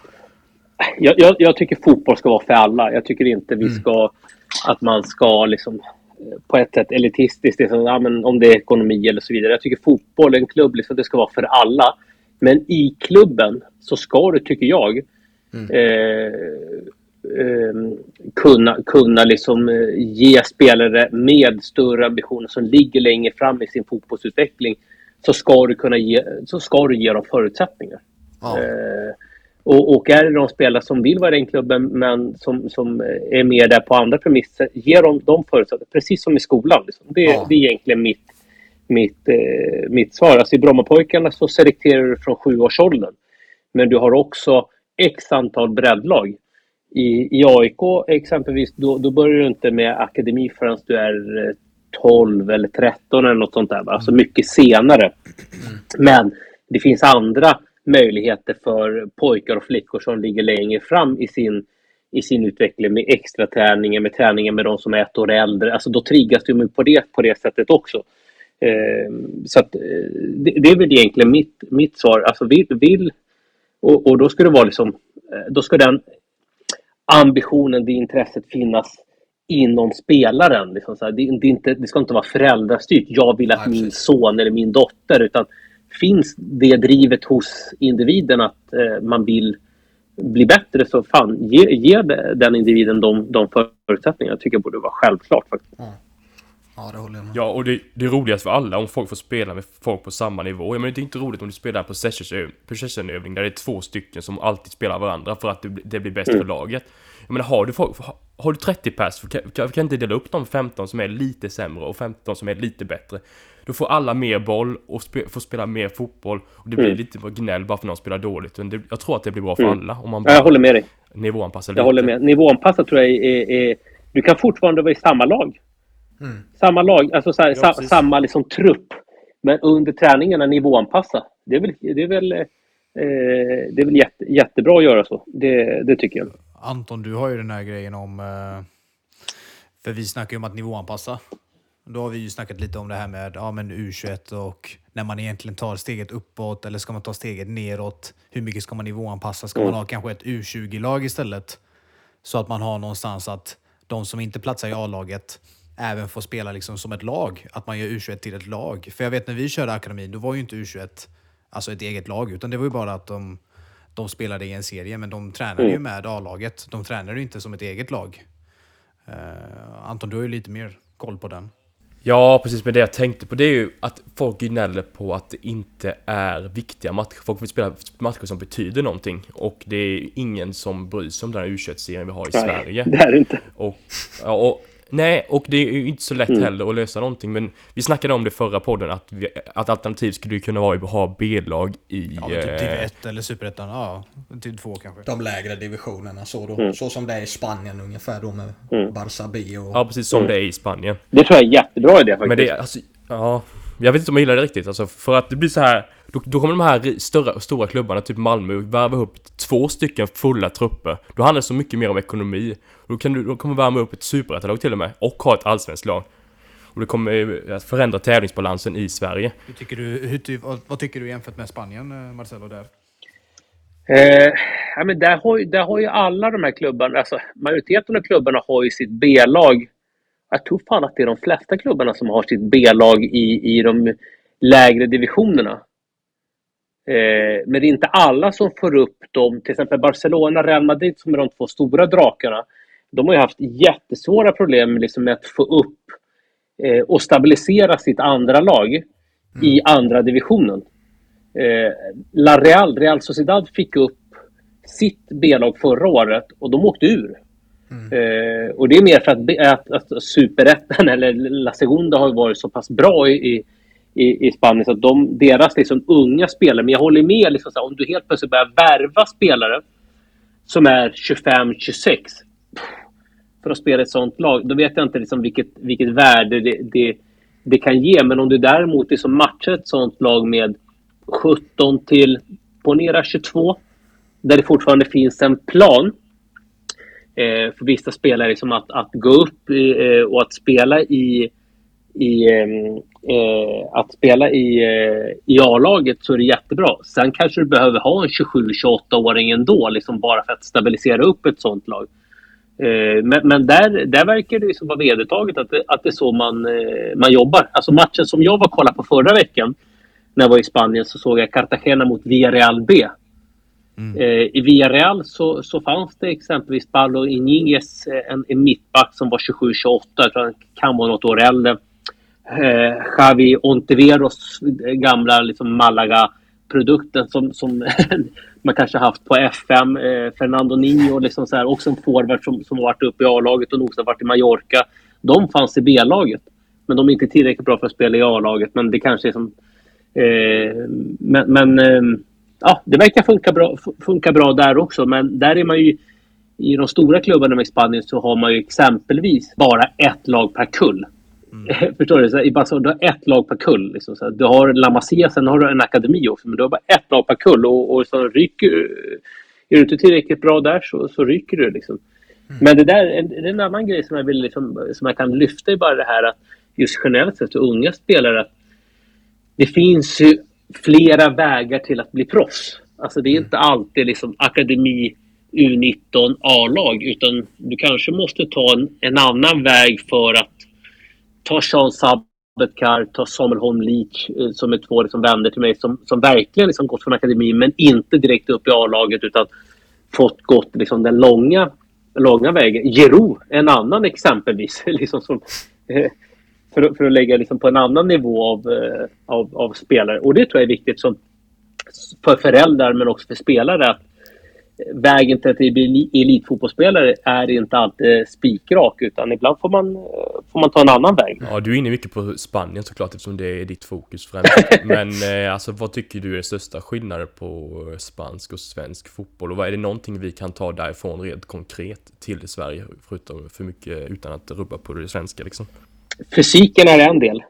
Jag, jag, jag tycker fotboll ska vara för alla. Jag tycker inte vi ska mm. att man ska liksom på ett sätt elitistiskt, liksom, ja, men om det är ekonomi eller så vidare. Jag tycker fotboll, en klubb, liksom, det ska vara för alla. Men i klubben så ska du, tycker jag, mm. eh, eh, kunna, kunna liksom, eh, ge spelare med större ambitioner som ligger längre fram i sin fotbollsutveckling, så ska du kunna ge, så ska du ge dem förutsättningar. Ja. Eh, och, och är det de spelare som vill vara i den klubben men som, som är mer där på andra premisser, ge dem de förutsättningar, precis som i skolan. Liksom. Det, ja. det är egentligen mitt Mitt, eh, mitt svar. Alltså i Brommapojkarna så selekterar du från sjuårsåldern. Men du har också x antal breddlag. I, i A I K exempelvis, då, då börjar du inte med akademi förrän du är tolv eller tretton eller något sånt där. Alltså mycket senare. Men det finns andra möjligheter för pojkar och flickor som ligger längre fram i sin, i sin utveckling, med extra träningar, med träningar med de som är ett år äldre. Alltså då triggas du på det, på det sättet också. Eh, så att, det, det är väl egentligen mitt, mitt svar. Alltså vill, vill och, och då ska det vara liksom, då ska den ambitionen, det intresset finnas inom spelaren. Liksom så här. Det, det, inte, det ska inte vara föräldrastyrt. Jag vill att min son eller min dotter, utan finns det drivet hos individen att eh, man vill bli bättre, så fan, ge, ge den individen de, de förutsättningar. Jag tycker det borde vara självklart faktiskt. Mm. Ja, det håller jag med. Ja, och det, det är roligast för alla om folk får spela med folk på samma nivå. Jag menar, det är inte roligt om du spelar på possession-övning där det är två stycken som alltid spelar varandra för att det, det blir bäst mm. för laget. Jag menar, har du, folk, har du trettio pers, kan, kan, kan inte dela upp de femton som är lite sämre och femton som är lite bättre. Då får alla mer boll och spe, får spela mer fotboll. Och det blir mm. lite gnäll bara för någon spelar dåligt. Men det, jag tror att det blir bra för mm. alla. Om man bara jag håller med dig. Nivåanpassar lite. Jag håller med. Nivåanpassar tror jag är, är, är... Du kan fortfarande vara i samma lag. Mm. Samma lag, alltså så här, ja, sa, samma liksom trupp. Men under träningarna nivåanpassa. Det är väl, det är väl, eh, det är väl jätte, jättebra att göra så. Det, det tycker jag. Anton, du har ju den här grejen om... Eh, för vi snackar ju om att nivåanpassa. Då har vi ju snackat lite om det här med ja, men U tjugoett och när man egentligen tar steget uppåt eller ska man ta steget neråt. Hur mycket ska man nivåanpassa? Ska mm. man ha kanske ett U tjugo-lag istället? Så att man har någonstans att de som inte platsar i A-laget även få spela liksom som ett lag. Att man gör U tjugoett till ett lag. För jag vet när vi körde akademin, då var ju inte U tjugoett alltså ett eget lag, utan det var ju bara att de, de spelade i en serie, men de tränade mm. ju med A-laget. De tränade ju inte som ett eget lag. Uh, Anton, du har ju lite mer koll på den. Ja, precis, men det jag tänkte på det är ju att folk gnäller på att det inte är viktiga matcher. Folk vill spela matcher som betyder någonting. Och det är ingen som bryr sig om den här U tjugoett-serien vi har i Nej, Sverige. det är det inte. Och, ja, och, nej, och det är ju inte så lätt mm. heller att lösa någonting. Men vi snackade om det förra podden, att, vi, att alternativ skulle kunna vara att ha B-lag i... Ja, typ div ett eller superettan, ja, div två kanske. De lägre divisionerna, så, då, Mm. så som det är i Spanien ungefär då med Mm. Barça B och... Ja, precis som Mm. det är i Spanien. Det tror jag är en jättebra idé faktiskt. Men det, alltså, ja, jag vet inte om jag gillar det riktigt. Alltså, för att det blir så här, då, då kommer de här stora, stora klubbarna, typ Malmö, värva upp två stycken fulla trupper. Då handlar det så mycket mer om ekonomi. Då kan du, då kommer värma upp ett superettalag till och med, och ha ett allsvenskt lag. Och det kommer att förändra tävlingsbalansen i Sverige. Hur tycker du, hur, vad, vad tycker du jämfört med Spanien, Marcelo, där? Eh, ja, men där har, ju, där har ju alla de här klubbarna, alltså majoriteten av klubbarna har ju sitt B-lag. Jag tror fan att det är de flesta klubbarna som har sitt B-lag i, i de lägre divisionerna. Eh, men det är inte alla som får upp dem. Till exempel Barcelona, Real Madrid som är de två stora drakarna. De har ju haft jättesvåra problem liksom med att få upp eh, och stabilisera sitt andra lag mm. i andra divisionen. Eh, La Real, Real Sociedad fick upp sitt B-lag förra året och de åkte ur. Mm. Eh, och det är mer för att, att, att Superettan eller La Segunda har varit så pass bra i, i, i Spanien så att de, deras liksom unga spelare, men jag håller med liksom, så här, om du helt plötsligt börjar värva spelare som är tjugofem tjugosex för att spela ett sånt lag, då vet jag inte liksom vilket, vilket värde det, det, det kan ge. Men om du däremot liksom matchar ett sånt lag med sjutton till ponera tjugotvå där det fortfarande finns en plan eh, för vissa spelare liksom att, att gå upp eh, och att spela i i eh, att spela i, eh, i A-laget, så är det jättebra. Sen kanske du behöver ha en tjugosju tjugoåtta-åring ändå liksom bara för att stabilisera upp ett sånt lag. Eh, men men där, där verkar det liksom vara vedertaget att det, att det är så man, eh, man jobbar. Alltså matchen som jag var kollade på förra veckan när jag var i Spanien, så såg jag Cartagena mot Villarreal B. Mm. Eh, I Villarreal så, så fanns det exempelvis Pablo Iñiguez, en, en mittback som var tjugosju tjugoåtta. Jag tror han kan vara något år äldre. Eh, Javi Ontiveros gamla liksom Malaga-produkten som, som man kanske haft på F M. Eh, Fernando Niño, liksom så här, också en forward som, som varit uppe i A-laget och nog varit i Mallorca. De fanns i B-laget. Men de är inte tillräckligt bra för att spela i A-laget. Men det kanske är som... Eh, men... men eh, ja, det verkar funka bra, funka bra där också. Men där är man ju... I de stora klubbarna i Spanien så har man ju exempelvis bara ett lag per kull. Mm. Förstår du? Så i Barcelona, du har ett lag per kull. Liksom. Så du har La Masia, sen har du en akademi också. Men du har bara ett lag per kull. Och, och så ryker är du inte tillräckligt bra där så, så ryker du liksom. Mm. Men det där är en annan grej som jag vill liksom, som jag kan lyfta i bara det här att just generellt sett för unga spelare att det finns ju flera vägar till att bli proffs. Alltså det är inte alltid liksom akademi, U nitton, A-lag, utan du kanske måste ta en, en annan väg för att ta Sean Sabetkar, ta Samuel Holm Leach eh, som är två liksom vänner till mig som, som verkligen liksom gått från akademi men inte direkt upp i A-laget utan fått gått liksom den långa, långa vägen. Giroud, en annan exempelvis liksom som, eh, för, för att lägga liksom på en annan nivå av, eh, av, av spelare. Och det tror jag är viktigt som, för föräldrar men också för spelare att vägen till att bli elitfotbollsspelare är inte alltid spikrak utan ibland får man, får man ta en annan väg. Ja, du är inne mycket på Spanien såklart eftersom det är ditt fokus främst. Men eh, alltså, vad tycker du är största skillnader på spansk och svensk fotboll? Och vad är det någonting vi kan ta därifrån rent konkret till Sverige förutom för mycket utan att rubba på det svenska liksom? Fysiken är en del.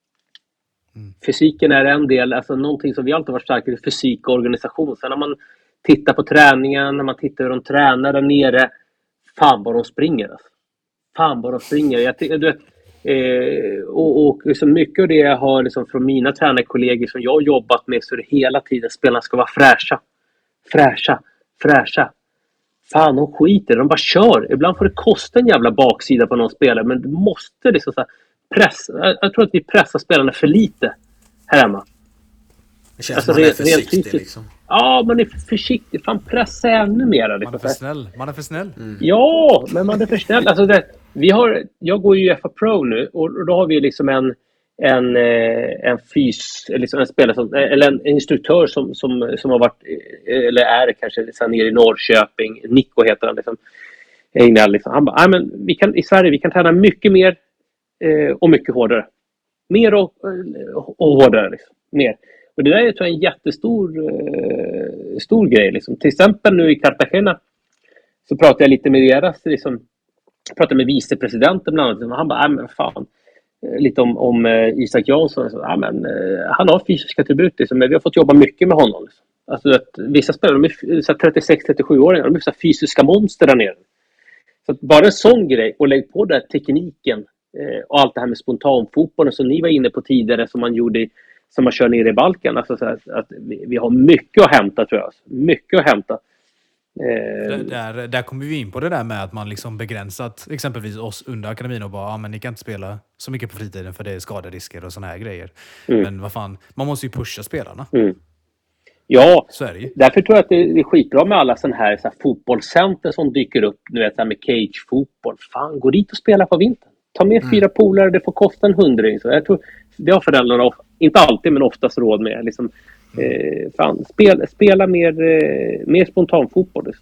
Mm. Fysiken är en del. Alltså någonting som vi alltid varit starka i fysik och organisation. Sen när man tittar på träningen, när man tittar hur de tränar där nere, fan vad de springer. Alltså. Fan vad de springer. Jag, du vet, eh, och och liksom mycket av det jag har liksom från mina tränarkollegor som jag har jobbat med så är det hela tiden spelarna ska vara fräscha. Fräscha, fräscha. fan, de skiter, de bara kör. Ibland får det kosta en jävla baksida på någon spelare, men du måste liksom så här pressa. Jag, jag tror att vi pressar spelarna för lite här hemma. Det känns Alltså, som man är rent- rent försiktig fysiskt. liksom. Ja, man är för försiktig. Fan, pressa ännu mer. Man Liksom. är för snäll. Man är för snäll. Ja, men man är för snäll. Alltså det, vi har, jag går ju i F A Pro nu och då har vi liksom en en, eh, en fys, liksom en spelare som, eller en, en instruktör som, som, som har varit, eh, eller är kanske liksom nere i Norrköping. Nico heter han liksom. Egnell, liksom. Han bara, nej men vi kan, i Sverige vi kan träna mycket mer eh, och mycket hårdare. Mer och, och hårdare liksom. Mer. Och det där är, tror jag, en jättestor eh, stor grej. Liksom. Till exempel nu i Cartagena så pratade jag lite med deras, liksom, pratade med vicepresidenten bland annat. Och han bara, nej men fan. Eh, lite om, om eh, Isak Jansson. Så, nej, men, eh, han har fysiska attribut, liksom, men vi har fått jobba mycket med honom. Liksom. Alltså att vissa spelare, de är trettiosex till trettiosju-åringar, de är så fysiska monster där nere. Så att bara en sån grej, och lägg på där tekniken eh, och allt det här med spontanfotbollen som ni var inne på tidigare, som man gjorde, som man kör ner i Balkan. Alltså så här, att vi, vi har mycket att hämta, tror jag. Mycket att hämta. Eh, Där, där, där kommer vi in på det där med att man liksom begränsat exempelvis oss under akademin och bara, ja men ni kan inte spela så mycket på fritiden för det är skaderisker och såna här grejer. Mm. Men vad fan, man måste ju pusha spelarna. Mm. Ja, Så är det ju. därför tror jag att det är skitbra med alla sån här, så här fotbollscenter som dyker upp. Nu vet, så här med cage-fotboll. Fan, gå dit och spela på vintern. Ta med Mm. fyra polare, det får kosta en hundring. Så jag tror, det har föräldrarna, of- inte alltid men oftast råd med. Liksom, eh, fan, spela, spela mer, eh, mer spontan fotboll. Liksom.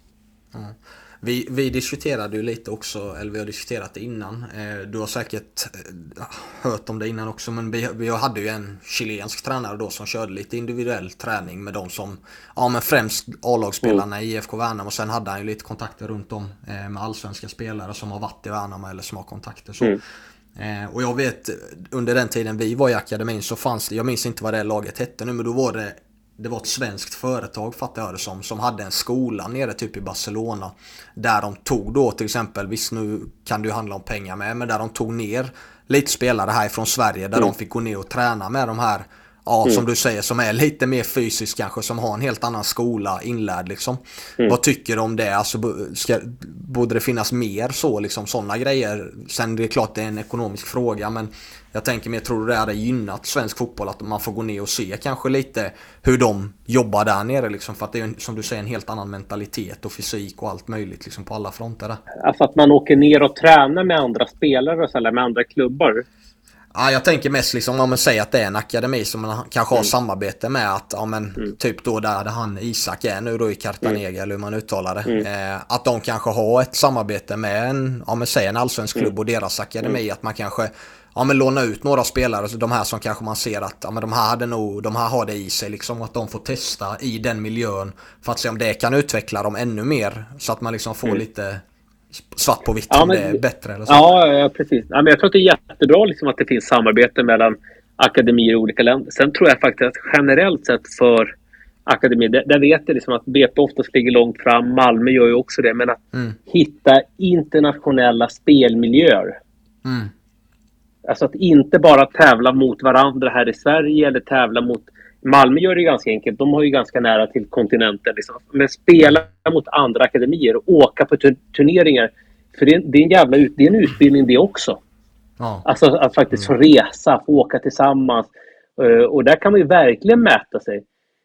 Vi, vi diskuterade ju lite också, eller vi har diskuterat det innan. Eh, du har säkert eh, hört om det innan också, men vi, vi hade ju en chilensk tränare då som körde lite individuell träning med de som, ja men främst A-lagsspelarna i I F K Värnamo, och sen hade han ju lite kontakter runt om eh, med allsvenska spelare som har varit i Värnamo eller som har kontakter så. Mm. Eh, och jag vet, under den tiden vi var i akademin så fanns det, jag minns inte vad det laget hette nu, men då var det Det var ett svenskt företag, fattar jag det som, som hade en skola nere typ i Barcelona. Där de tog då till exempel, visst nu kan det ju handla om pengar med, men där de tog ner lite spelare här från Sverige. Där Mm. de fick gå ner och träna med de här, ja Mm. som du säger, som är lite mer fysiskt kanske, som har en helt annan skola inlärd liksom. Mm. Vad tycker du om det? Alltså, ska, borde det finnas mer så, liksom sådana grejer? Sen det är klart det är en ekonomisk fråga, men jag tänker mer, tror du det hade gynnat svensk fotboll att man får gå ner och se kanske lite hur de jobbar där nere liksom, för att det är som du säger en helt annan mentalitet och fysik och allt möjligt liksom på alla fronter där. Alltså att man åker ner och tränar med andra spelare och så, eller med andra klubbar. Ja, jag tänker mest liksom, om man säger att det är en akademi som man kanske har Mm. samarbete med, att ja, men, Mm. typ då där han Isak är nu då i Cartagena, eller hur man uttalar det. Mm. Eh, att de kanske har ett samarbete med en, ja, men, säg en allsvensk klubb Mm. och deras akademi, Mm. att man kanske ja, men, lånar ut några spelare, så de här som kanske man ser att ja, men, de här hade nog, de här har det i sig liksom, att de får testa i den miljön för att se om det kan utveckla dem ännu mer, så att man liksom får Mm. lite svart på vitt Ja, om men- det är bättre eller så. Ja, ja precis. Ja, men jag tror att det är jättebra liksom, att det finns samarbete mellan akademier i olika länder. Sen tror jag faktiskt att generellt sett för akademier, där, där vet jag liksom att B P oftast ligger långt fram. Malmö gör ju också det. Men att Mm. hitta internationella spelmiljöer. Mm. Alltså att inte bara tävla mot varandra här i Sverige eller tävla mot... Malmö gör det ganska enkelt. De har ju ganska nära till kontinenten. Liksom. Men spela mot andra akademier och åka på tur- turneringar. För det är, det är en jävla ut, det är en utbildning det också. Ja. Alltså att faktiskt få resa, få åka tillsammans. Uh, och där kan man ju verkligen mäta sig.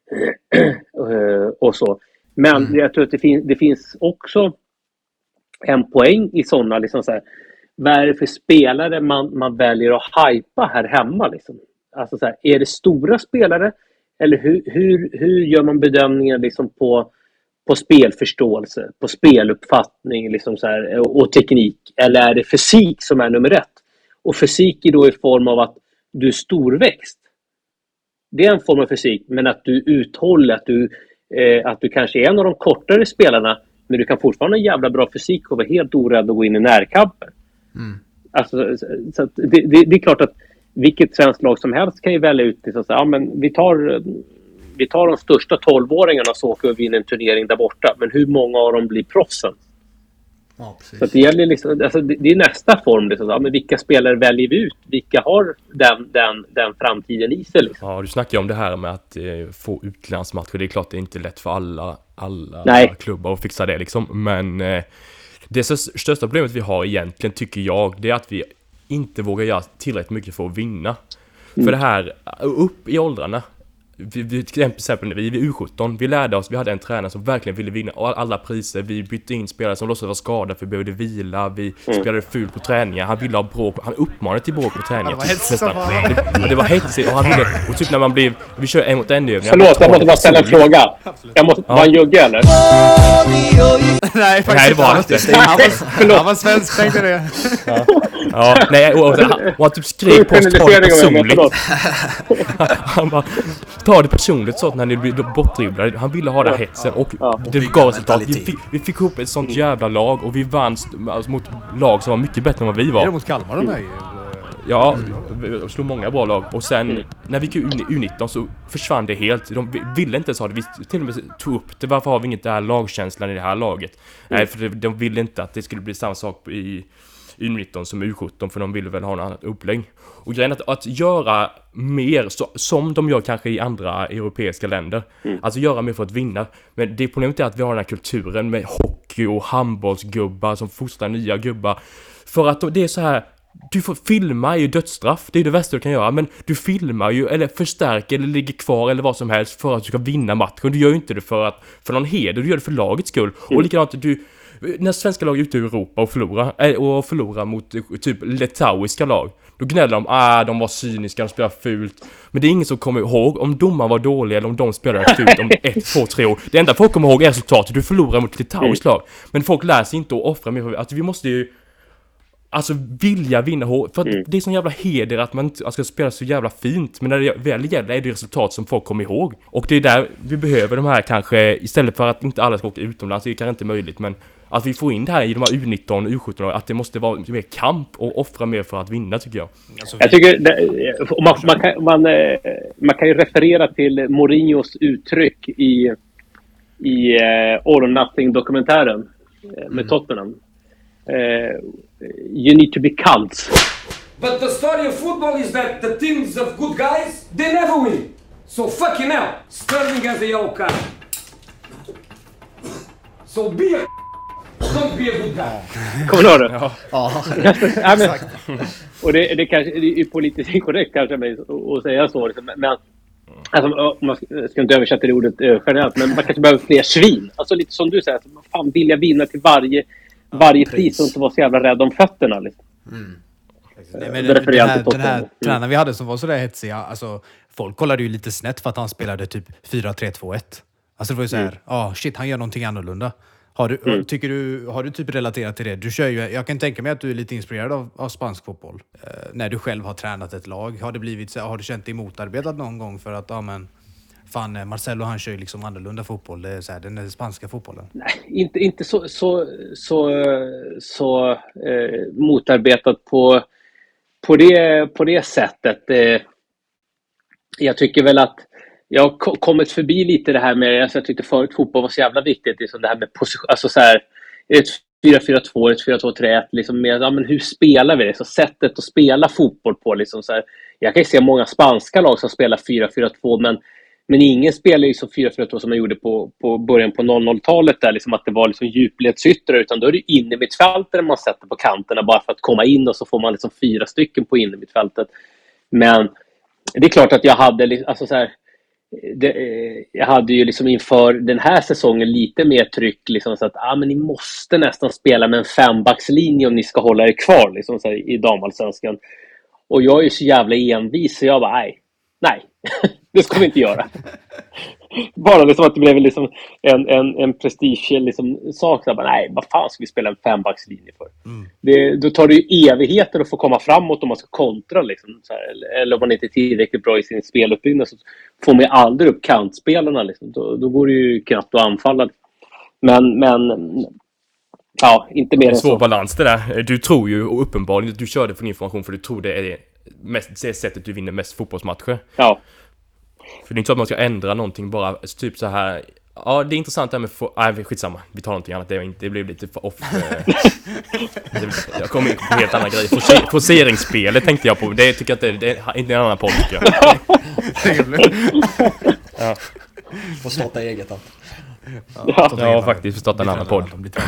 uh, och så. Men Mm. jag tror att det, fin- det finns också en poäng i sådana liksom så här, vad är det för spelare man, man väljer att hypa här hemma liksom? Alltså så här, är det stora spelare eller hur, hur, hur gör man bedömningen liksom på, på spelförståelse, på speluppfattning liksom så här, och, och teknik, eller är det fysik som är nummer ett? Och fysik är då i form av att du är storväxt. Det är en form av fysik, men att du uthåller, att du, eh, att du kanske är en av de kortare spelarna, men du kan fortfarande ha en jävla bra fysik och vara helt orädd att gå in i närkamper. Mm. Alltså, så att det, det, det är klart att vilket svenskt lag som helst kan ju välja ut det, så att säga, ja, men vi tar, vi tar de största tolvåringarna så åker vi in en turnering där borta. Men hur många av dem blir proffsen? Ja, precis. Så att det gäller liksom, alltså det, det är nästa form. Liksom. Ja, men vilka spelare väljer vi ut? Vilka har den, den, den framtiden i sig? Liksom? Ja, du snackar ju om det här med att eh, få utlandsmatcher. Det är klart det är inte lätt för alla, alla Nej. klubbar att fixa det liksom. Men eh, det största problemet vi har egentligen, tycker jag, det är att vi inte vågar göra tillräckligt mycket för att vinna. Mm. För det här, upp i åldrarna. Vi, vi, till exempel vi är U sjutton, vi lärde oss, vi hade en tränare som verkligen ville vinna alla priser. Vi bytte in spelare som låtsades vara skadade för vi behövde vila. Vi mm. spelade fult på träningar. Han ville ha bråk, han uppmanade till bråk på träningar. Det, det var hetsigt och han ville, och typ när man blev, vi kör en mot en övning. Förlåt, jag måste bara ställa en fråga. Jag måste, ja. Var han jugge eller? Nej, nej, det var han inte. Han var, han var svensk, tänkte det. Ja, ja nej, och, och, och, och han typ skrek på oss, ta det personligt. Han bara, ta det personligt så att när ni blir bortdribblade. Han ville ha det hetsen och ja. Det gav resultat. Vi fick, vi fick ihop ett sånt jävla lag och vi vann alltså, mot lag som var mycket bättre än vad vi var. Är det mot Kalmar de här? Ja, vi slog många bra lag. Och sen mm. när vi gick U nitton så försvann det helt. De ville inte ens ha det. Vi till och med tog upp det. Varför har vi inte det här lagkänslan i det här laget? Mm. Nej, för de ville inte att det skulle bli samma sak i U nitton som U sjutton, för de ville väl ha något annat upplägg. Och grejen är att, att göra mer så, som de gör kanske i andra europeiska länder. Mm. Alltså göra mer för att vinna. Men det problemet är att vi har den här kulturen med hockey och handbollsgubbar som fostrar nya gubbar. För att det är så här, du får filma ju dödsstraff, det är det värsta du kan göra, men du filmar ju eller förstärker eller ligger kvar eller vad som helst för att du ska vinna matchen. Du gör ju inte det för att för någon heder, du gör det för lagets skull. Mm. Och likadant du när svenska lag är ute i Europa och förlorar och förlorar mot typ litauiska lag, då gnäller de, ah, de var cyniska, de spelar fult. Men det är ingen som kommer ihåg om domaren var dålig eller om de spelade fult om ett, två, tre år. Det enda folk kommer ihåg är resultatet, du förlorar mot litauiskt lag. Men folk lär sig inte att offra mer för att vi måste ju alltså vilja vinna hårt. För att mm. det är sån jävla heder att man inte ska spela så jävla fint. Men när det väl gäller är det resultat som folk kommer ihåg. Och det är där vi behöver de här kanske, istället för att inte alla ska åka utomlands, det är kanske inte möjligt, men att vi får in det här i de här U nitton och U sjutton, att det måste vara mer kamp och offra mer för att vinna, tycker jag. Alltså, jag tycker det, man, man, kan, man, man kan ju referera till Mourinhos uttryck i i uh, All or Nothing-dokumentären uh, med Tottenham. Uh, you need to be cults. But the story of football is that the teams of good guys, they never win. So fucking hell, Sterling has a yellow card. So be a don't be a good guy. Kommer du ihåg det? Ja, ja exakt. Och det, det, kanske, det är politiskt inkorrekt kanske att säga så. Men alltså, man ska inte översätta det ordet generellt, men man kanske behöver fler svin. Alltså lite som du säger, alltså, man fan vilja vinna till varje, varje pris och inte vara så jävla rädd om fötterna. Liksom. Mm. Nej, men den, den här, den här tränaren vi hade som var sådär hetsiga, alltså, folk kollade ju lite snett för att han spelade typ fyra tre två ett. Alltså det var ju så här, ja mm. oh, shit, han gör någonting annorlunda. Har du, mm. tycker du, har du typ relaterat till det? Du kör ju, jag kan tänka mig att du är lite inspirerad av, av spansk fotboll. Eh, när du själv har tränat ett lag. Har det blivit, har du känt dig motarbetat någon gång för att, ja men, fan Marcelo han kör ju liksom annorlunda fotboll. Det är så här, den är spanska fotbollen. Nej, inte, inte så, så, så, så eh, motarbetat på, på, det, på det sättet. Eh, jag tycker väl att jag har kommit förbi lite det här med, alltså jag tyckte förut fotboll var så jävla viktigt, liksom det här med position, alltså så här, ett fyra fyra två, ett fyra två tre ett, liksom med, ja men hur spelar vi det? Så sättet att spela fotboll på, liksom så här, jag kan ju se många spanska lag som spelar fyra fyra två, men, men ingen spelar ju så fyra fyra två som man gjorde på, på början på noll noll-talet där, liksom att det var liksom djupledsyttrar, utan då är det inne i mittfältet man sätter på kanterna bara för att komma in, och så får man liksom fyra stycken på inne i mittfältet. Men det är klart att jag hade, alltså så här, Det, jag hade ju liksom inför den här säsongen lite mer tryck liksom, så att ah, men ni måste nästan spela med en fembackslinje om ni ska hålla er kvar liksom, så här, i damallsvenskan. Och jag är ju så jävla envis, så jag bara nej, nej det ska vi inte göra. Bara liksom att det blev liksom en, en, en prestige liksom, sak. Så bara, nej, vad fan ska vi spela en fembackslinje för? Mm. Det, då tar det ju evigheter att få komma framåt om man ska kontra. Liksom, så här, eller, eller om man inte är tillräckligt bra i sin speluppbyggnad, så får man ju aldrig upp kantspelarna. Liksom. Då, då går det ju knappt att anfalla. Men, men ja, inte mer än så. Det är svår balans det där. Du tror ju, och uppenbarligen, du körde för information för du tror det är mest, det sättet du vinner mest fotbollsmatcher. Ja. För det är inte så att man ska ändra någonting bara typ så här Ja, det är intressant det här med... Få, nej, skitsamma. Vi tar någonting annat. Det, är inte, det blev lite för off. Eh, jag kom in på helt andra grejer. Forcer, forceringsspelet tänkte jag på. Det tycker jag att det, det är inte en annan podd, tycker jag. Ja. Får starta eget då. Ja, ja faktiskt. Får starta en annan podd.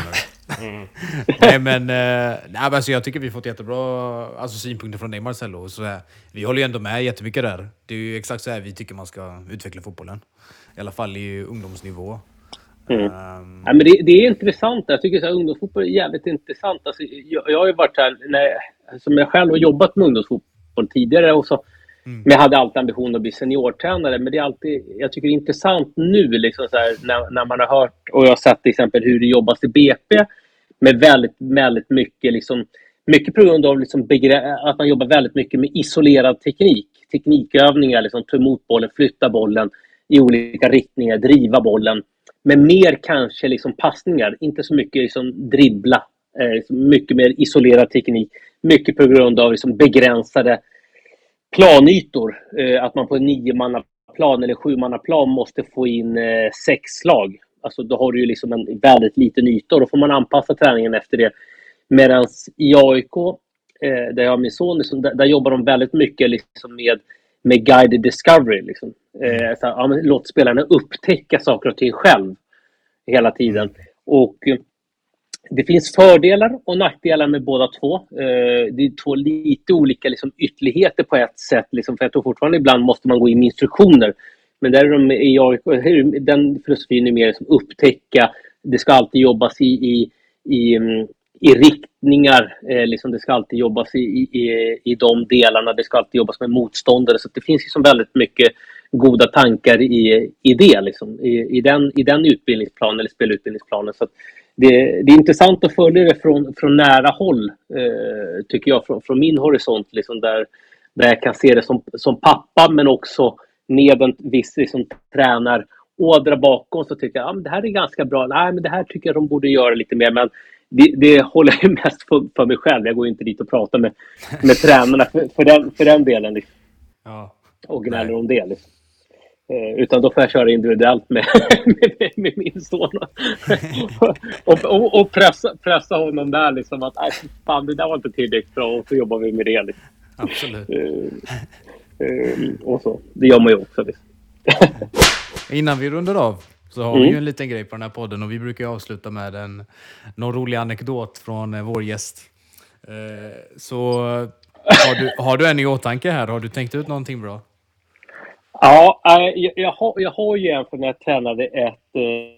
Mm. Nej men, eh, nej, men alltså, jag tycker vi fått jättebra alltså, synpunkter från dig, Marcelo. Så här, vi håller ju ändå med jättemycket där. Det är ju exakt så här vi tycker man ska utveckla fotbollen. I alla fall i ungdomsnivå. Mm. Um... Ja, men det, det är intressant. Jag tycker att ungdomsfotboll är jävligt intressant. Alltså, jag, jag har ju varit här, när, som jag själv har jobbat med ungdomsfotboll tidigare. Och så, mm. Men jag hade alltid ambition att bli seniortränare. Men det är alltid, jag tycker det är intressant nu liksom, så här, när, när man har hört och jag har sett till exempel hur det jobbas i B P. Med väldigt, väldigt mycket, liksom, mycket på grund av liksom begre- att man jobbar väldigt mycket med isolerad teknik. Teknikövningar, liksom, ta emot bollen, flytta bollen i olika riktningar, driva bollen. Men mer kanske liksom passningar, inte så mycket liksom dribbla. Eh, mycket mer isolerad teknik. Mycket på grund av liksom begränsade planytor. Eh, att man på en nio-mannaplan eller sju-mannaplan måste få in eh, sex slag. Alltså då har du ju liksom en väldigt liten yta och då får man anpassa träningen efter det. Medan i A I K, eh, där jag har min son, liksom, där, där jobbar de väldigt mycket liksom med, med guided discovery. Liksom. Eh, så, ja, men, låt spelarna upptäcka saker och ting själv hela tiden. Och eh, det finns fördelar och nackdelar med båda två. Eh, det är två lite olika liksom, ytterligheter på ett sätt. Liksom, för jag tror fortfarande ibland måste man gå in med instruktioner. Men där är de i A I K, den filosofin är mer som upptäcka. Det ska alltid jobbas i, i, i, i riktningar. Eh, liksom det ska alltid jobbas i, i, i de delarna. Det ska alltid jobbas med motståndare. Så det finns liksom väldigt mycket goda tankar i, i det. Liksom, i, i, den, i den utbildningsplanen eller spelutbildningsplanen. Så att det, det är intressant att följa det från, från nära håll. Eh, tycker jag. Från, från min horisont. Liksom, där, där jag kan se det som, som pappa men också med en viss liksom, tränar ådra bakom så tycker jag att ah, det här är ganska bra. Nej, men det här tycker jag de borde göra lite mer. Men det, det håller jag mest för, för mig själv. Jag går inte dit och pratar med, med tränarna för, för, den, för den delen. Liksom. Ja. Och gnäller om det. Liksom. Eh, utan då får jag köra individuellt med, med, med min son. och och, och pressa, pressa honom där. Liksom, att fan, det där var inte tillräckligt bra. Och så jobbar vi med det. Liksom. Absolut. Eh, Um, och så. Det gör man ju också. Innan vi rundar av så har mm. vi ju en liten grej på den här podden och vi brukar ju avsluta med en någon rolig anekdot från eh, vår gäst. Eh, så har du, har du en i åtanke här? Har du tänkt ut någonting bra? Ja, jag, jag, har, jag har ju en från när jag tränade ett,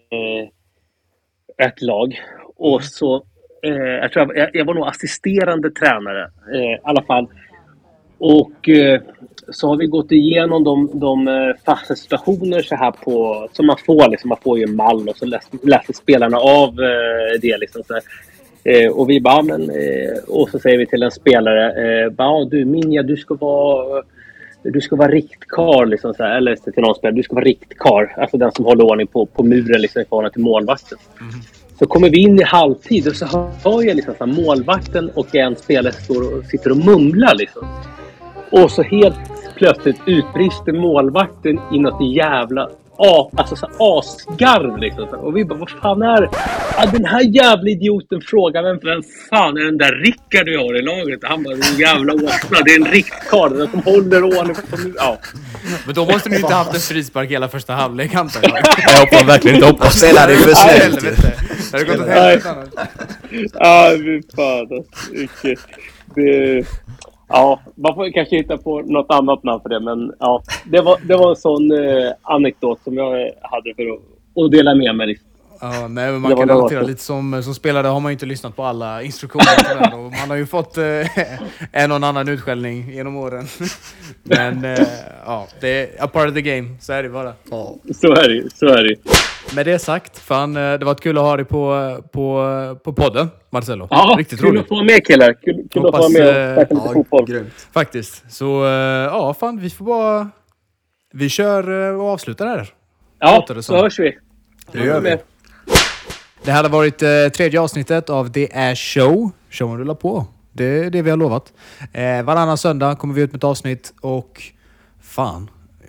eh, ett lag och så eh, jag tror jag, jag var nog assisterande tränare eh, i alla fall. Och eh, så har vi gått igenom de, de eh, fasta situationer så här på, som man får. Liksom, man får ju en mall och så läser, läser spelarna av eh, det. Liksom, så eh, och vi bara, men, eh, och så säger vi till en spelare, eh, bara, du Minja, du ska vara, du ska vara riktkar. Liksom, så här, eller till någon spelare, du ska vara riktkar. Alltså den som håller ordning på, på muren liksom, i förhållande till målvakten. Mm. Så kommer vi in i halvtid och så hör jag liksom, så här, målvakten och en spelare står och sitter och mumlar liksom. Och så helt plötsligt utbrister målvakten i något jävla a, alltså så asgarv liksom. Och vi bara, vad fan är det? Ja, den här jävla idioten frågar vem, vem fan är den där Rickard vi har i laget? Han bara, den jävla åsna, det är en riktkard, den som håller ordning på nu. Ja. Men då måste ni inte haft en frispark hela första halvlek, antar jag. Jag hoppas verkligen inte hoppas. Spelade ju för snällt. Det hade gått åt helvete annars. Ja, fy fan. Icke. Det... Ja, man får kanske hitta på något annat namn för det. Men ja, det var, det var en sån eh, anekdot som jag hade för att, att dela med mig. Ja, nej, men man kan relatera lite som, som spelare har man ju inte lyssnat på alla instruktioner där, och man har ju fått eh, en och annan utskällning genom åren. Men eh, ja, det är a part of the game, så är det bara. Ja. Så är det, så är det. Med det sagt, fan, det var kul att ha dig på, på, på podden, Marcelo. Ja, riktigt kul roligt. att få med killar. Kul, kul Hoppas, att få med och snacka lite ja, fotboll. Grymt. Faktiskt. Så ja, fan, vi får bara... Vi kör och avslutar här. Ja, så, så hörs vi. Det gör vi. Det här har varit eh, tredje avsnittet av The Ash Show. Showen rullar på. Det är det vi har lovat. Eh, varannan söndag kommer vi ut med ett avsnitt och fan,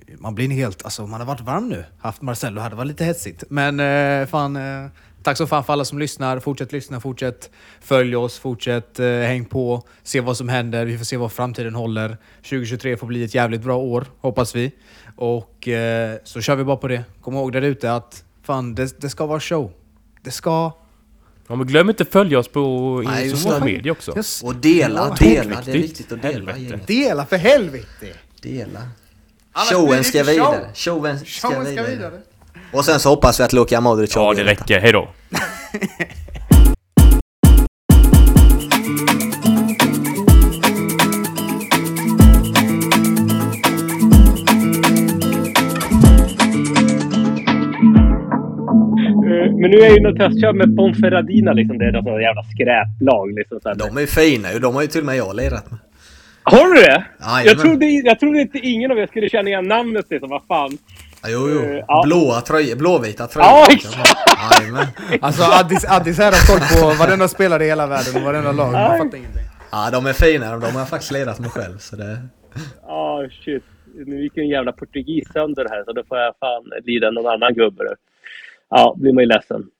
man blir helt, alltså man har varit varm nu. Haft Marcelo hade varit lite hetsigt. Men eh, fan, eh, tack så fan för alla som lyssnar. Fortsätt lyssna, fortsätt följ oss, fortsätt eh, häng på, se vad som händer. Vi får se vad framtiden håller. tjugo tjugotre får bli ett jävligt bra år, hoppas vi. Och eh, så kör vi bara på det. Kom ihåg där ute att fan, det, det ska vara show. Det ska... Ja, men glöm inte att följa oss på Nej, sociala just det. medier också. Just, Och dela, Ja, dela. viktigt. Det är viktigt att dela. Helvete. gänget. dela för helvete! Dela. Annars Showen blir det ska inte vidare. show. Showen ska, Showen vidare. ska vidare. Och sen så hoppas vi att Luka Modric Ja, det avgör detta. räcker. Hej då. Men nu är ju något testkör med Ponferradina liksom. Det är något sånt jävla skräplag liksom. Så här. De är ju fina ju. De har ju till och med jag lirat med. Har du det? Jajamän. jag, trodde, jag trodde inte ingen av er skulle känna igen namnet liksom. Vad fan. Ja, jo, jo. Eh, ja. Blåa tröjor. Blåvita tröjor. Ja, exakt. Jajamän. Alltså Addis, Addis här har koll på varenda spelare i hela världen och varenda lag. Man Nej. fattar ingenting. Ja, de är fina. De har jag faktiskt lirat med själv. Så det... Ja, oh, shit. Nu gick en jävla portugis sönder här. Så då får jag fan lida någon annan gubbe. Ja, blir man ju ledsen.